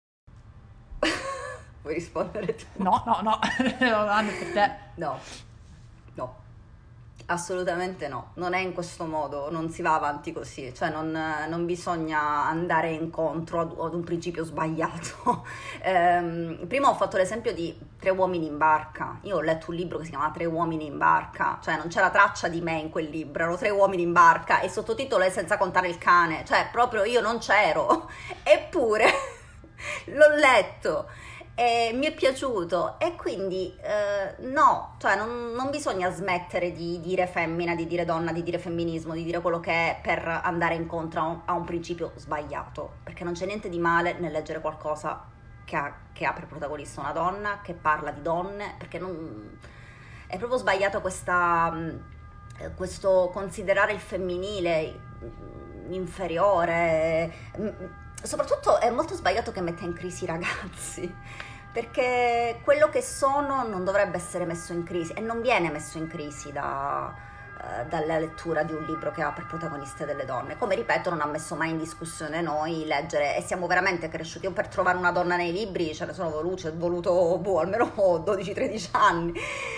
Vuoi rispondere tu? No, no, no, la domanda è per te. No, no, assolutamente no, non è in questo modo, non si va avanti così, cioè non, non bisogna andare incontro ad, ad un principio sbagliato. Ehm, prima ho fatto l'esempio di Tre uomini in barca, io ho letto un libro che si chiama Tre uomini in barca, cioè non c'era traccia di me in quel libro, erano tre uomini in barca e il sottotitolo è Senza contare il cane, cioè proprio io non c'ero, eppure l'ho letto e mi è piaciuto e quindi eh, no, cioè non, non bisogna smettere di dire femmina, di dire donna, di dire femminismo, di dire quello che è per andare incontro a un, a un principio sbagliato, perché non c'è niente di male nel leggere qualcosa che ha, che ha per protagonista una donna, che parla di donne, perché non, è proprio sbagliato questa, mh, eh, questo considerare il femminile mh, inferiore, mh, soprattutto è molto sbagliato che metta in crisi i ragazzi, perché quello che sono non dovrebbe essere messo in crisi e non viene messo in crisi da, eh, dalla lettura di un libro che ha per protagoniste delle donne, come ripeto non ha messo mai in discussione noi leggere e siamo veramente cresciuti. Io per trovare una donna nei libri ce ne sono voluti, ho voluto boh, almeno dodici tredici anni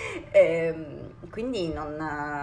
e, quindi non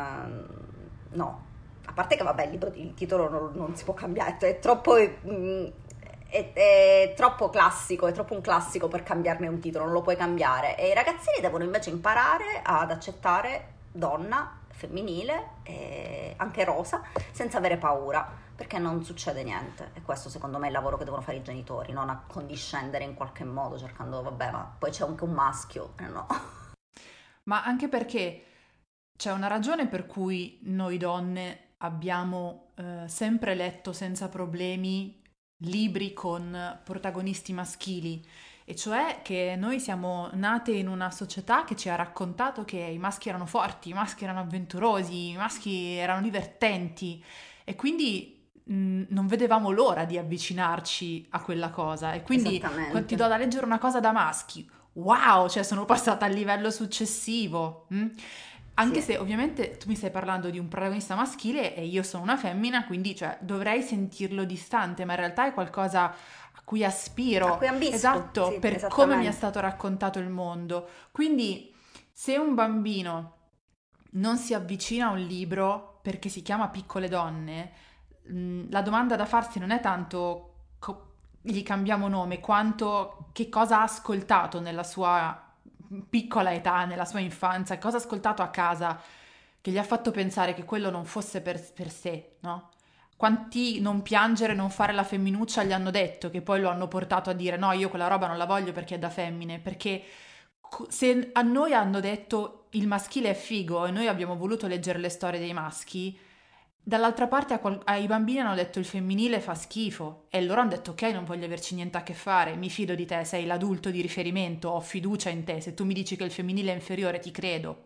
no, a parte che vabbè il, libro, il titolo non, non si può cambiare, è troppo mh, è, è troppo classico, è troppo un classico per cambiarne un titolo, non lo puoi cambiare e i ragazzini devono invece imparare ad accettare donna, femminile e anche rosa senza avere paura, perché non succede niente e questo secondo me è il lavoro che devono fare i genitori, non accondiscendere in qualche modo cercando vabbè ma poi c'è anche un maschio, eh, no. Ma anche perché c'è una ragione per cui noi donne abbiamo eh, sempre letto senza problemi libri con protagonisti maschili, e cioè che noi siamo nate in una società che ci ha raccontato che i maschi erano forti, i maschi erano avventurosi, i maschi erano divertenti e quindi mh, non vedevamo l'ora di avvicinarci a quella cosa. E quindi quando ti Esattamente. do da leggere una cosa da maschi, wow, cioè sono passata al livello successivo. mm? Anche Sì, se ovviamente tu mi stai parlando di un protagonista maschile e io sono una femmina, quindi cioè, dovrei sentirlo distante, ma in realtà è qualcosa a cui a aspiro, cui ambisco, esatto, sì, per come mi è esattamente. stato raccontato il mondo. Quindi se un bambino non si avvicina a un libro perché si chiama Piccole donne, mh, la domanda da farsi non è tanto co- gli cambiamo nome, quanto che cosa ha ascoltato nella sua piccola età, nella sua infanzia, cosa ha ascoltato a casa che gli ha fatto pensare che quello non fosse per, per sé, no? Quanti non piangere, non fare la femminuccia gli hanno detto che poi lo hanno portato a dire no, io quella roba non la voglio perché è da femmine, perché se a noi hanno detto il maschile è figo e noi abbiamo voluto leggere le storie dei maschi, dall'altra parte a qual- ai bambini hanno detto il femminile fa schifo e loro hanno detto ok, non voglio averci niente a che fare, mi fido di te, sei l'adulto di riferimento, ho fiducia in te, se tu mi dici che il femminile è inferiore ti credo.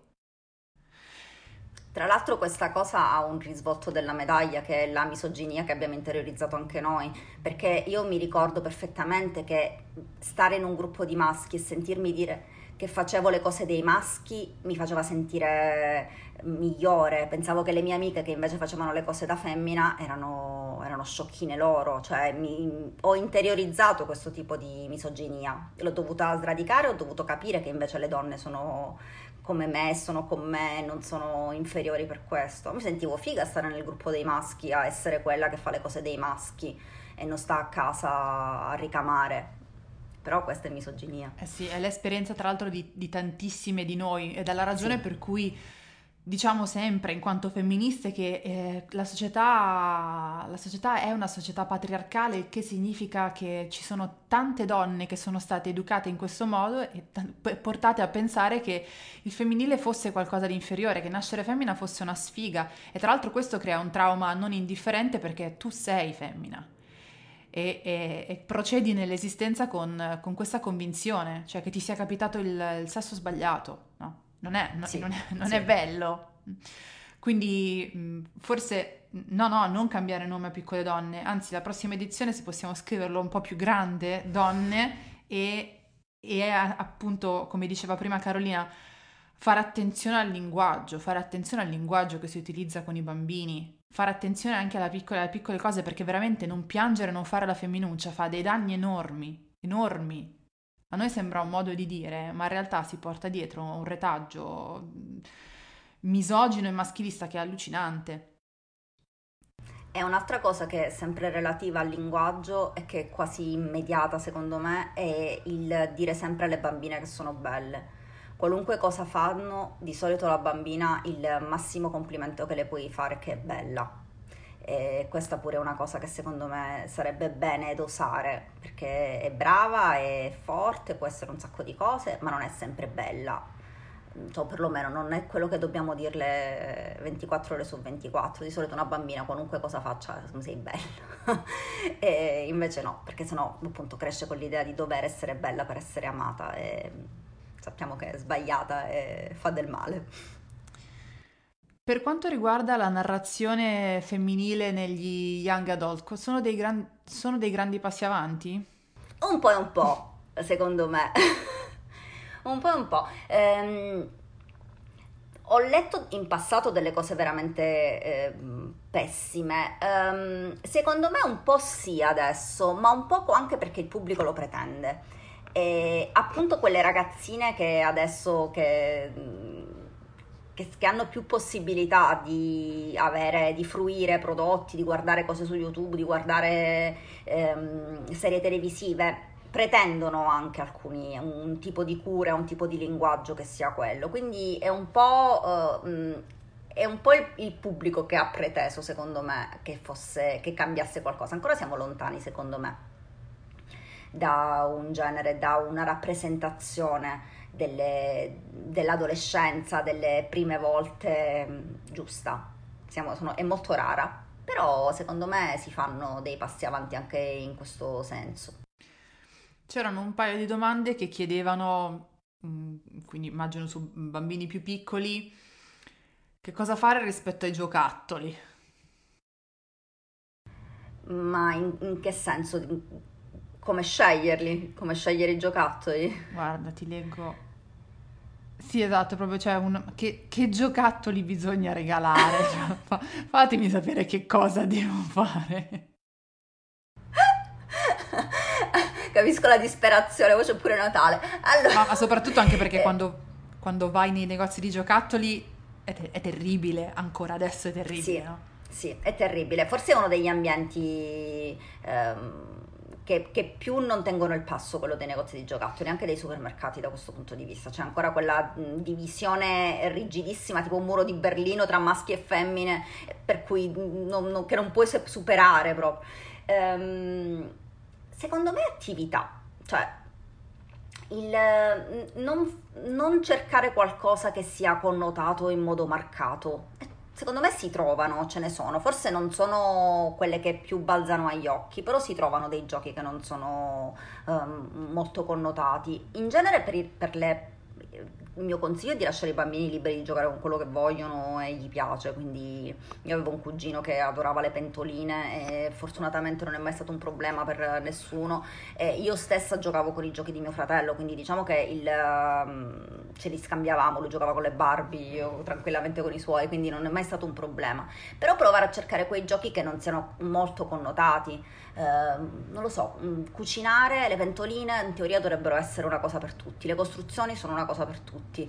Tra l'altro questa cosa ha un risvolto della medaglia che è la misoginia che abbiamo interiorizzato anche noi, perché io mi ricordo perfettamente che stare in un gruppo di maschi e sentirmi dire che facevo le cose dei maschi mi faceva sentire migliore, pensavo che le mie amiche che invece facevano le cose da femmina erano, erano sciocchine loro, cioè mi- ho interiorizzato questo tipo di misoginia, l'ho dovuta sradicare, ho dovuto capire che invece le donne sono come me, sono con me, non sono inferiori per questo. Mi sentivo figa a stare nel gruppo dei maschi, a essere quella che fa le cose dei maschi e non sta a casa a ricamare. Però questa è misoginia. Eh sì, è l'esperienza tra l'altro di, di tantissime di noi ed è la ragione Sì, per cui diciamo sempre, in quanto femministe, che eh, la società, la società è una società patriarcale, il che significa che ci sono tante donne che sono state educate in questo modo e t- p- portate a pensare che il femminile fosse qualcosa di inferiore, che nascere femmina fosse una sfiga. E tra l'altro questo crea un trauma non indifferente perché tu sei femmina e, e- e procedi nell'esistenza con, con questa convinzione, cioè che ti sia capitato il, il sesso sbagliato, no? Non è, no- sì, non è- non è sì. bello. Quindi mh, forse no, no, non cambiare nome a piccole donne, anzi la prossima edizione se possiamo scriverlo un po' più grande, donne, e, e a- appunto, come diceva prima Carolina, fare attenzione al linguaggio, fare attenzione al linguaggio che si utilizza con i bambini, fare attenzione anche alla piccola- alle piccole cose perché veramente non piangere, non fare la femminuccia fa dei danni enormi, enormi. A noi sembra un modo di dire, ma in realtà si porta dietro un retaggio mh, misogino e maschilista che è allucinante. E un'altra cosa che è sempre relativa al linguaggio e che è quasi immediata secondo me è il dire sempre alle bambine che sono belle. Qualunque cosa fanno, di solito la bambina il massimo complimento che le puoi fare è che è bella. E questa pure è una cosa che secondo me sarebbe bene dosare, perché è brava, è forte, può essere un sacco di cose, ma non è sempre bella. Cioè, perlomeno non è quello che dobbiamo dirle ventiquattro ore su ventiquattro. Di solito una bambina qualunque cosa faccia, sei bella. E invece no, perché sennò appunto cresce con l'idea di dover essere bella per essere amata e sappiamo che è sbagliata e fa del male. Per quanto riguarda la narrazione femminile negli young adult, co- sono dei, gran- sono dei grandi passi avanti? Un po' e un po', secondo me. Un po' e un po'. Ehm, ho letto in passato delle cose veramente ehm, pessime. Ehm, secondo me un po' sì adesso, ma un poco anche perché il pubblico lo pretende. E appunto quelle ragazzine che adesso che, che, che hanno più possibilità di avere, di fruire prodotti, di guardare cose su YouTube, di guardare ehm, serie televisive, pretendono anche alcuni un tipo di cura, un tipo di linguaggio che sia quello. Quindi è un po', eh, mh, è un po' il, il pubblico che ha preteso, secondo me, che fosse, che cambiasse qualcosa. Ancora siamo lontani, secondo me, da un genere, da una rappresentazione delle- dell'adolescenza, delle prime volte mh, giusta. Siamo- sono- è molto rara, però secondo me si fanno dei passi avanti anche in questo senso. C'erano un paio di domande che chiedevano, mm, quindi immagino su bambini più piccoli, che cosa fare rispetto ai giocattoli. Ma in, in che senso? Come sceglierli? Come scegliere i giocattoli? Guarda, ti leggo. Sì, esatto, proprio cioè un... che, che giocattoli bisogna regalare? Cioè, fa- fatemi sapere che cosa devo fare. Capisco la disperazione, poi c'è pure Natale. Allora, Ma, ma soprattutto anche perché eh, quando, quando vai nei negozi di giocattoli è, te- è terribile, ancora adesso è terribile, sì, no? sì, è terribile. Forse è uno degli ambienti ehm, che, che più non tengono il passo, quello dei negozi di giocattoli, anche dei supermercati da questo punto di vista. C'è ancora quella mh, divisione rigidissima, tipo un muro di Berlino tra maschi e femmine, per cui non- non- che non puoi se- superare proprio. Ehm, secondo me è attività, cioè il non, non cercare qualcosa che sia connotato in modo marcato. Secondo me si trovano, ce ne sono, forse non sono quelle che più balzano agli occhi, però si trovano dei giochi che non sono ehm, molto connotati. In genere per, i- per le... Il mio consiglio è di lasciare i bambini liberi di giocare con quello che vogliono e gli piace, quindi io avevo un cugino che adorava le pentoline e fortunatamente non è mai stato un problema per nessuno. Eh, io stessa giocavo con i giochi di mio fratello, quindi diciamo che il, ehm, ce li scambiavamo, lui giocava con le Barbie, io tranquillamente con i suoi, quindi non è mai stato un problema. Però provare a cercare quei giochi che non siano molto connotati, eh, non lo so, mh, cucinare, le pentoline in teoria dovrebbero essere una cosa per tutti, le costruzioni sono una cosa per tutti.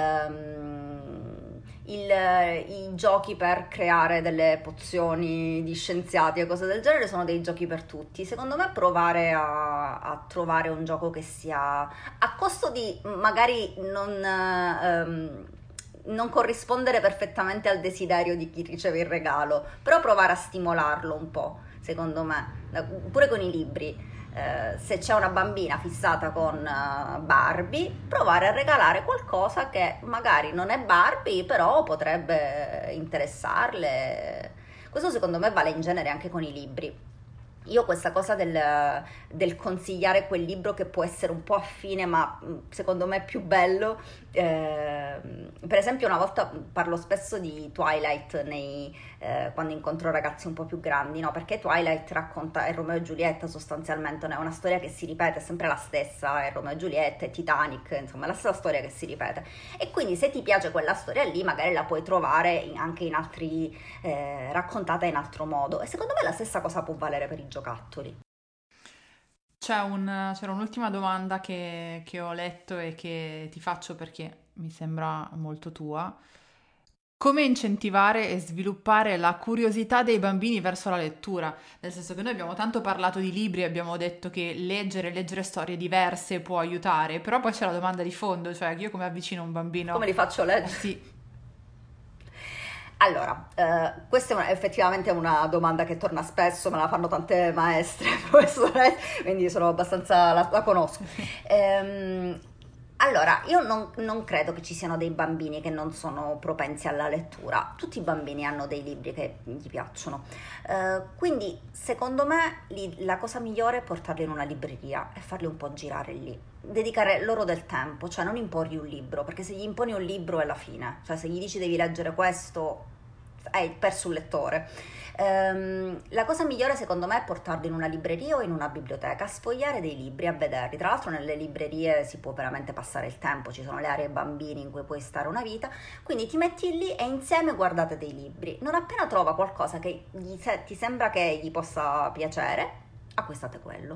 Ehm, il- I giochi per creare delle pozioni di scienziati e cose del genere sono dei giochi per tutti. Secondo me provare a, a trovare un gioco che sia a costo di magari non, ehm, non corrispondere perfettamente al desiderio di chi riceve il regalo, però provare a stimolarlo un po', secondo me. Eh, pure con i libri. Eh, se c'è una bambina fissata con eh, Barbie, provare a regalare qualcosa che magari non è Barbie, però potrebbe interessarle. Questo secondo me vale in genere anche con i libri. Io questa cosa del, del consigliare quel libro che può essere un po' affine, ma mh, secondo me è più bello. ehm, per esempio, una volta parlo spesso di Twilight nei, eh, quando incontro ragazzi un po' più grandi, no? Perché Twilight racconta è Romeo e Giulietta sostanzialmente, non è una storia che si ripete, è sempre la stessa, è Romeo e Giulietta, è Titanic, insomma, è la stessa storia che si ripete. E quindi se ti piace quella storia lì, magari la puoi trovare in- anche in altri, eh, raccontata in altro modo. E secondo me la stessa cosa può valere per i giocattoli. C'è un- c'era un'ultima domanda che, che ho letto e che ti faccio perché mi sembra molto tua. Come incentivare e sviluppare la curiosità dei bambini verso la lettura? Nel senso che noi abbiamo tanto parlato di libri, abbiamo detto che leggere, leggere storie diverse può aiutare, però poi c'è la domanda di fondo, cioè io come avvicino un bambino? Come li faccio Eh leggere? sì, Allora, eh, questa è una- effettivamente una domanda che torna spesso, me la fanno tante maestre, professoresse, quindi sono abbastanza, la, la conosco. Ehm, allora, io non, non credo che ci siano dei bambini che non sono propensi alla lettura. Tutti i bambini hanno dei libri che gli piacciono. Eh, quindi, secondo me, li- la cosa migliore è portarli in una libreria e farli un po' girare lì. Dedicare loro del tempo, cioè non imporgli un libro, perché se gli imponi un libro è la fine, cioè se gli dici devi leggere questo, hai perso un lettore. Ehm, la cosa migliore secondo me è portarli in una libreria o in una biblioteca, a sfogliare dei libri, a vederli. Tra l'altro nelle librerie si può veramente passare il tempo, ci sono le aree bambini in cui puoi stare una vita, quindi ti metti lì e insieme guardate dei libri. Non appena trova qualcosa che gli se- ti sembra che gli possa piacere, acquistate quello.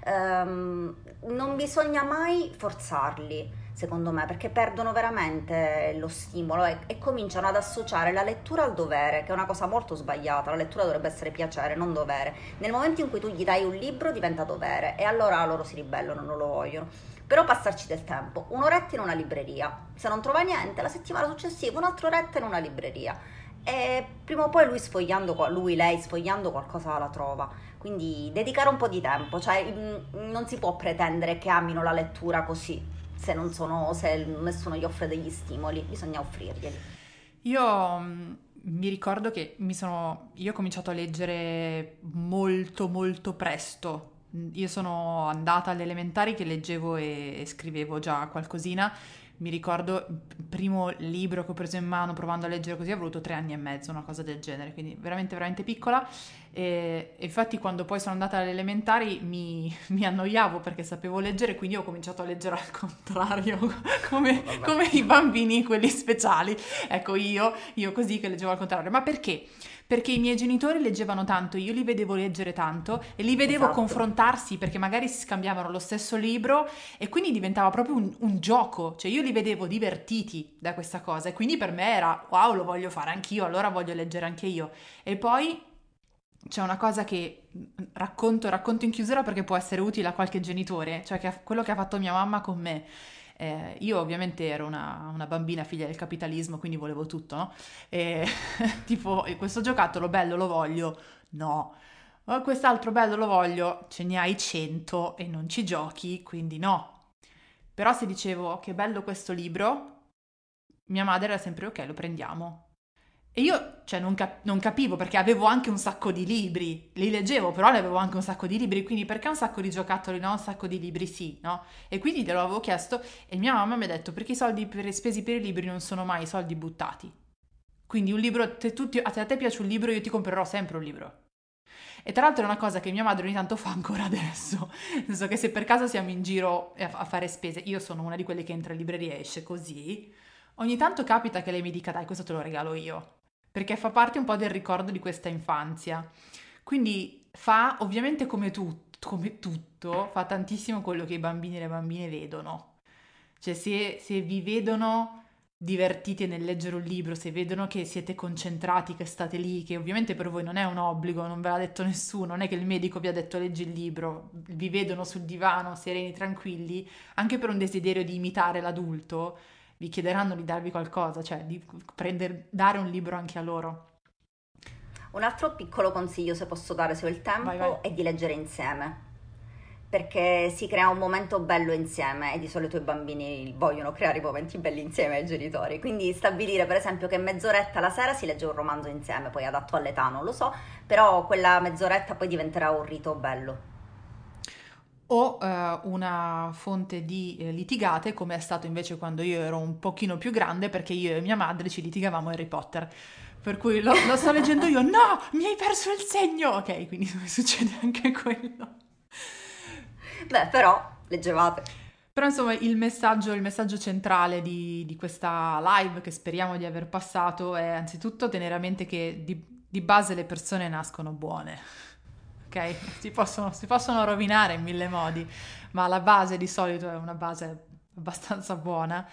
Ehm, non bisogna mai forzarli, secondo me, perché perdono veramente lo stimolo e, e cominciano ad associare la lettura al dovere, che è una cosa molto sbagliata. La lettura dovrebbe essere piacere, non dovere. Nel momento in cui tu gli dai un libro diventa dovere e allora loro si ribellano, non lo vogliono. Però passarci del tempo, un'oretta in una libreria, se non trova niente, la settimana successiva un'altra oretta in una libreria. E prima o poi lui sfogliando, qua- lui, lei sfogliando qualcosa la trova. Quindi dedicare un po' di tempo, cioè mm, non si può pretendere che amino la lettura così, se non sono, se nessuno gli offre degli stimoli, bisogna offrirglieli. io mm, mi ricordo che mi sono, io ho cominciato a leggere molto molto presto. Mm, Io sono andata alle elementari che leggevo e, e scrivevo già qualcosina. Mi ricordo il primo libro che ho preso in mano provando a leggere così, avrò avuto tre anni e mezzo, una cosa del genere, quindi veramente veramente piccola. E, e infatti quando poi sono andata alle elementari mi, mi annoiavo perché sapevo leggere, quindi ho cominciato a leggere al contrario, come, Vabbè. come i bambini, quelli speciali. Ecco, io, io così che leggevo al contrario. Ma perché? Perché i miei genitori leggevano tanto, io li vedevo leggere tanto e li vedevo Esatto, confrontarsi perché magari si scambiavano lo stesso libro e quindi diventava proprio un, un gioco, cioè io li vedevo divertiti da questa cosa e quindi per me era wow, lo voglio fare anch'io, allora voglio leggere anche io. E poi c'è una cosa che racconto, racconto in chiusura perché può essere utile a qualche genitore, cioè che quello che ha fatto mia mamma con me. Eh, io ovviamente ero una, una bambina figlia del capitalismo, quindi volevo tutto, no? E, tipo, "E questo giocattolo bello lo voglio? No. "Oh, quest'altro bello lo voglio? Ce ne hai cento e non ci giochi, quindi no. Però se dicevo "Oh, che bello questo libro", mia madre era sempre ok, lo prendiamo. E io, cioè, non, cap- non capivo perché avevo anche un sacco di libri, li leggevo, però ne avevo anche un sacco di libri, quindi perché un sacco di giocattoli, no? Un sacco di libri, sì, no? E quindi glielo avevo chiesto e mia mamma mi ha detto perché i soldi per, spesi per i libri non sono mai soldi buttati. Quindi un libro, se, tu ti- a te a te piace un libro, io ti comprerò sempre un libro. E tra l'altro è una cosa che mia madre ogni tanto fa ancora adesso, nel senso che se per caso siamo in giro a, a fare spese, io sono una di quelle che entra in libreria e esce così, ogni tanto capita che lei mi dica dai, questo te lo regalo io, perché fa parte un po' del ricordo di questa infanzia. Quindi fa ovviamente come, tu, come tutto, fa tantissimo quello che i bambini e le bambine vedono. Cioè se, se vi vedono divertiti nel leggere un libro, se vedono che siete concentrati, che state lì, che ovviamente per voi non è un obbligo, non ve l'ha detto nessuno, non è che il medico vi ha detto leggi il libro, vi vedono sul divano sereni, tranquilli, anche per un desiderio di imitare l'adulto, vi chiederanno di darvi qualcosa, cioè di prendere, dare un libro anche a loro. Un altro piccolo consiglio, se posso dare, se ho il Vai, vai. tempo, è di leggere insieme, perché si crea un momento bello insieme e di solito i bambini vogliono creare i momenti belli insieme ai genitori. Quindi stabilire, per esempio, che mezz'oretta la sera si legge un romanzo insieme, poi adatto all'età non lo so, però quella mezz'oretta poi diventerà un rito bello. O eh, una fonte di eh, litigate, come è stato invece quando io ero un pochino più grande, perché io e mia madre ci litigavamo Harry Potter. Per cui lo, lo sto leggendo io, no, mi hai perso il segno! Ok, quindi succede anche quello. Beh, però leggevate. Però insomma il messaggio, il messaggio centrale di, di questa live che speriamo di aver passato è anzitutto tenere a mente che di, di base le persone nascono buone, ok? Si possono, si possono rovinare in mille modi, ma la base di solito è una base abbastanza buona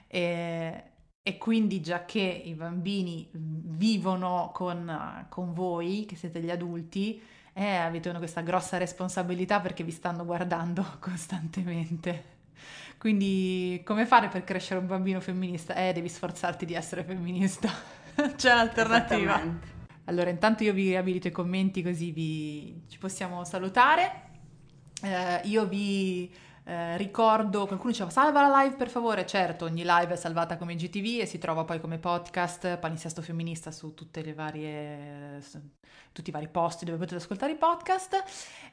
e, e quindi già che i bambini vivono con, con voi, che siete gli adulti, eh, avete una- questa grossa responsabilità perché vi stanno guardando costantemente. Quindi, come fare per crescere un bambino femminista? Eh, devi sforzarti di essere femminista. C'è un'alternativa. Esattamente. Allora, intanto io vi riabilito i commenti così vi... ci possiamo salutare. Eh, io vi eh, ricordo, qualcuno diceva salva la live per favore, certo, ogni live è salvata come G T V e si trova poi come podcast, Palinsesto Femminista su tutte le varie, su tutti i vari posti dove potete ascoltare i podcast.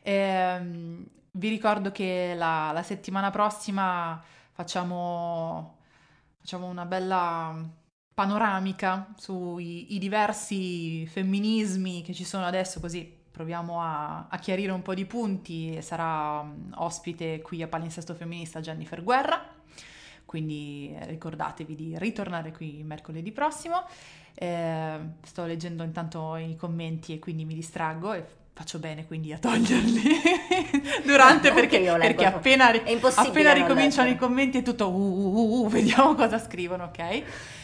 Ehm, vi ricordo che la, la settimana prossima facciamo, facciamo una bella panoramica sui i diversi femminismi che ci sono adesso, così proviamo a, a chiarire un po' di punti. E sarà mm, ospite qui a Palinsesto Femminista Jennifer Guerra, quindi eh, ricordatevi di ritornare qui mercoledì prossimo. Eh, sto leggendo intanto i commenti e quindi mi distraggo e faccio bene quindi a toglierli durante Anche perché, io perché leggo, appena, ri- è appena impossibile non ricominciano i leggere. commenti è tutto uh, uh, uh, uh, vediamo cosa scrivono, ok?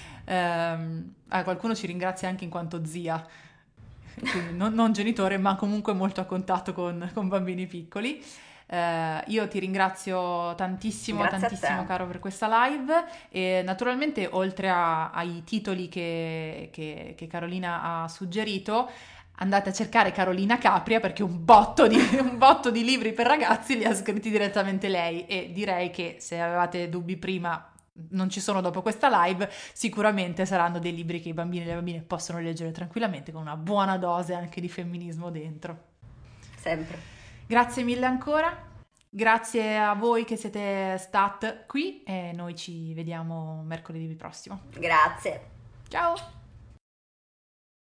Ehm, ah, qualcuno ci ringrazia anche in quanto zia, quindi non, non genitore, ma comunque molto a contatto con, con bambini piccoli. Eh, io ti ringrazio tantissimo, Grazie a tantissimo te. caro per questa live e naturalmente oltre a- ai titoli che, che- che Carolina ha suggerito, andate a cercare Carolina Capria perché un botto di, un botto di libri per ragazzi li ha scritti direttamente lei e direi che se avevate dubbi prima non ci sono dopo questa live, sicuramente saranno dei libri che i bambini e le bambine possono leggere tranquillamente con una buona dose anche di femminismo dentro. Sempre. Grazie mille ancora, grazie a voi che siete stat qui e noi ci vediamo mercoledì prossimo. Grazie. Ciao!